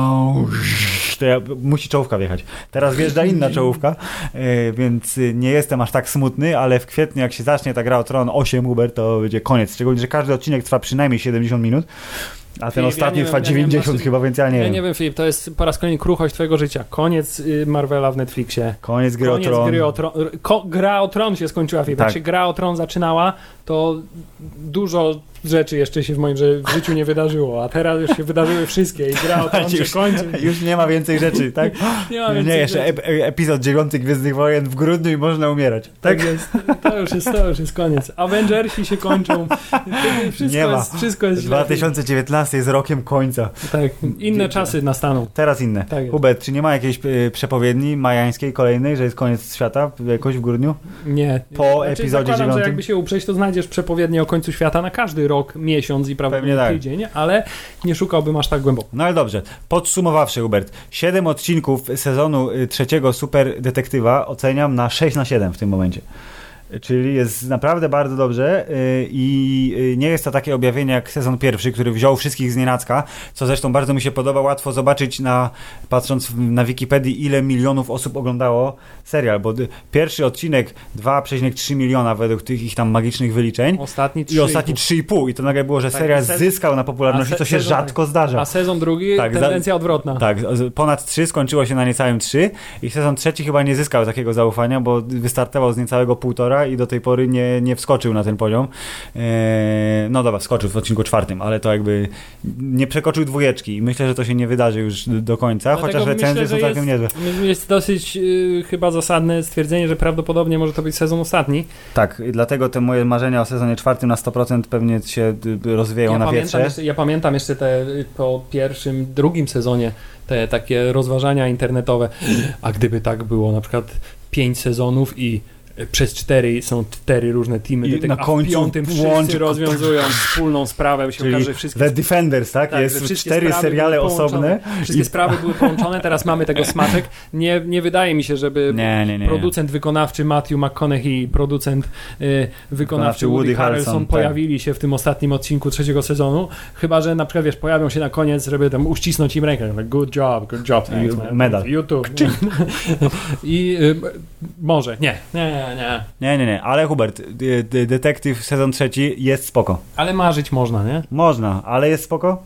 musi czołówka wjechać. Teraz wjeżdża inna czołówka, więc nie jestem aż tak smutny, ale w kwietniu, jak się zacznie ta Gra o Tron 8, Uber, to będzie koniec. Szczególnie, że każdy odcinek trwa przynajmniej 70 minut, a ten ostatni trwa 90 chyba, więc ja nie wiem. Ja nie wiem, Filip, to jest po raz kolejny kruchość twojego życia. Koniec Marvela w Netflixie. Koniec Gry o Tron. Gra o Tron się skończyła, Filip. Tak. Jak się Gra o Tron zaczynała, to dużo rzeczy jeszcze się w moim życiu nie wydarzyło, a teraz już się wydarzyły wszystkie i Gra o Tron się kończy. Już nie ma więcej rzeczy, tak? Nie ma więcej jeszcze epizod 9 Gwiezdnych Wojen w grudniu i można umierać. Tak jest. To już jest koniec. Avengersi się kończą. Wszystko jest źle. 2019 jest rokiem końca. Tak, inne czasy nastaną. Teraz inne. Tak. Hubert, czy nie ma jakiejś przepowiedni majańskiej kolejnej, że jest koniec świata jakoś w grudniu? Nie. Po epizodzie 9? Że jakby się uprzeć, to znajdziesz przepowiednię o końcu świata na każdy rok, miesiąc i prawdopodobnie tydzień, ale nie szukałbym aż tak głęboko. No ale dobrze. Podsumowawszy, Hubert, 7 odcinków sezonu 3 Super Detektywa oceniam na 6/7 w tym momencie. Czyli jest naprawdę bardzo dobrze i nie jest to takie objawienie jak sezon pierwszy, który wziął wszystkich z nienacka, co zresztą bardzo mi się podoba. Łatwo zobaczyć, patrząc na Wikipedii, ile milionów osób oglądało serial, bo pierwszy odcinek 2,3 miliona według tych ich tam magicznych wyliczeń. Ostatni 3,5 i to nagle było, że serial zyskał na popularności, co się rzadko zdarza. A sezon drugi tendencja odwrotna. Tak, ponad 3 skończyło się na niecałym 3 i sezon trzeci chyba nie zyskał takiego zaufania, bo wystartował z niecałego 1,5 i do tej pory nie wskoczył na ten poziom. No dobra, wskoczył w odcinku 4, ale to jakby nie przekroczył 2 i myślę, że to się nie wydarzy już do końca, chociaż recenzje są całkiem niezłe. Jest dosyć chyba zasadne stwierdzenie, że prawdopodobnie może to być sezon ostatni. Tak, dlatego te moje marzenia o sezonie 4 na 100% pewnie się rozwieją na wietrze. Ja pamiętam jeszcze po pierwszym, drugim sezonie te takie rozważania internetowe, a gdyby tak było na przykład 5 sezonów i przez 4 są 4 różne teamy, na końcu w 5 wszyscy rozwiązują wspólną sprawę, się okaże, że wszystkie... The Defenders, tak? Jest 4 seriale osobne. Wszystkie sprawy były połączone, teraz mamy tego smaczek. Nie wydaje mi się, żeby producent wykonawczy Matthew McConaughey i producent wykonawczy Woody Harrelson pojawili się w tym ostatnim odcinku 3 sezonu, chyba że na przykład, pojawią się na koniec, żeby tam uścisnąć im rękę. Good job. Medal. YouTube. I może. Nie, ale Hubert, Detektyw sezon 3 jest spoko. Ale marzyć można, nie? Można, ale jest spoko?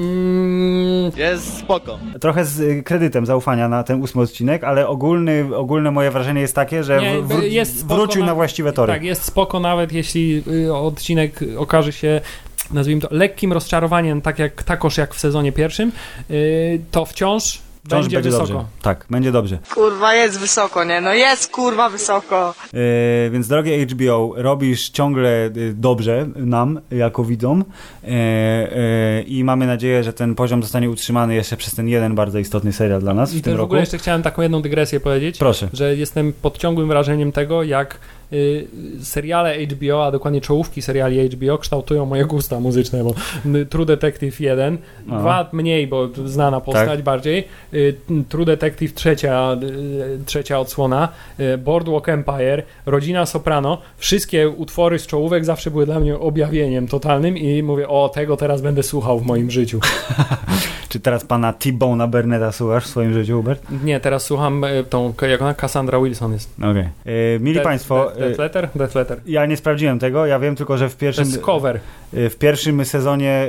Jest spoko. Trochę z kredytem zaufania na ten 8 odcinek, ale ogólne moje wrażenie jest takie, że wrócił na właściwe tory. Tak, jest spoko, nawet jeśli odcinek okaże się, nazwijmy to, lekkim rozczarowaniem, takoż jak w sezonie pierwszym, to wciąż Wciąż będzie wysoko. dobrze. Tak, będzie dobrze. Kurwa, jest wysoko, nie? No jest, kurwa, wysoko. Więc drogie HBO, robisz ciągle dobrze nam, jako widzom, i mamy nadzieję, że ten poziom zostanie utrzymany jeszcze przez ten jeden bardzo istotny serial dla nas w tym w roku. ogóle jeszcze chciałem taką jedną dygresję powiedzieć. Proszę. Że jestem pod ciągłym wrażeniem tego, jak seriale HBO, a dokładnie czołówki seriali HBO kształtują moje gusta muzyczne, bo True Detective 1, 2 mniej, bo znana postać tak. bardziej, True Detective trzecia odsłona, Boardwalk Empire, Rodzina Soprano, wszystkie utwory z czołówek zawsze były dla mnie objawieniem totalnym i mówię, o, tego teraz będę słuchał w moim życiu. Czy teraz pana T-Bone'a Burnetta słuchasz w swoim życiu, Hubert? Nie, teraz słucham tą, jak ona, Cassandra Wilson jest. Okej. Mili Państwo... Death Letter? Ja nie sprawdziłem tego, ja wiem tylko, że w pierwszym... To jest cover. W pierwszym sezonie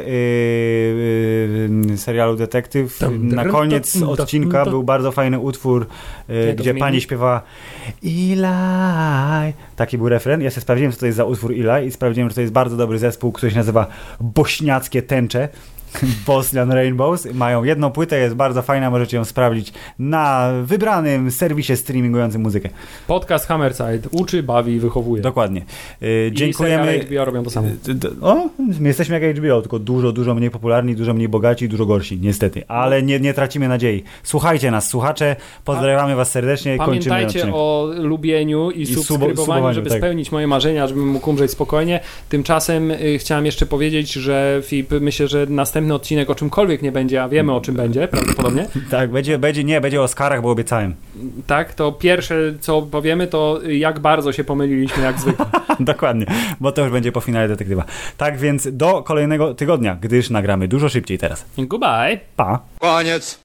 serialu Detektyw na koniec odcinka był bardzo fajny utwór, gdzie pani śpiewała Eli. Taki był refren. Ja sobie sprawdziłem, co to jest za utwór Eli i sprawdziłem, że to jest bardzo dobry zespół, który się nazywa Bośniackie Tęcze. Bosnian Rainbows. Mają jedną płytę, jest bardzo fajna, możecie ją sprawdzić na wybranym serwisie streamingującym muzykę. Podcast Hammerside uczy, bawi, wychowuje. Dokładnie. Dziękujemy. I HBO robią to samo. My jesteśmy jak HBO, tylko dużo mniej popularni, dużo mniej bogaci, dużo gorsi, niestety. Ale nie tracimy nadziei. Słuchajcie nas, słuchacze. Pozdrawiamy was serdecznie i kończymy Pamiętajcie o lubieniu i subskrybowaniu, żeby spełnić moje marzenia, żebym mógł umrzeć spokojnie. Tymczasem chciałem jeszcze powiedzieć, że myślę, że następny odcinek o czymkolwiek nie będzie, a wiemy o czym będzie, prawdopodobnie. Tak, będzie o Oscarach, bo obiecałem. Tak, to pierwsze co powiemy, to jak bardzo się pomyliliśmy, jak zwykle. Dokładnie, bo to już będzie po finale Detektywa. Tak więc do kolejnego tygodnia, gdyż nagramy dużo szybciej teraz. Goodbye. Pa. Koniec.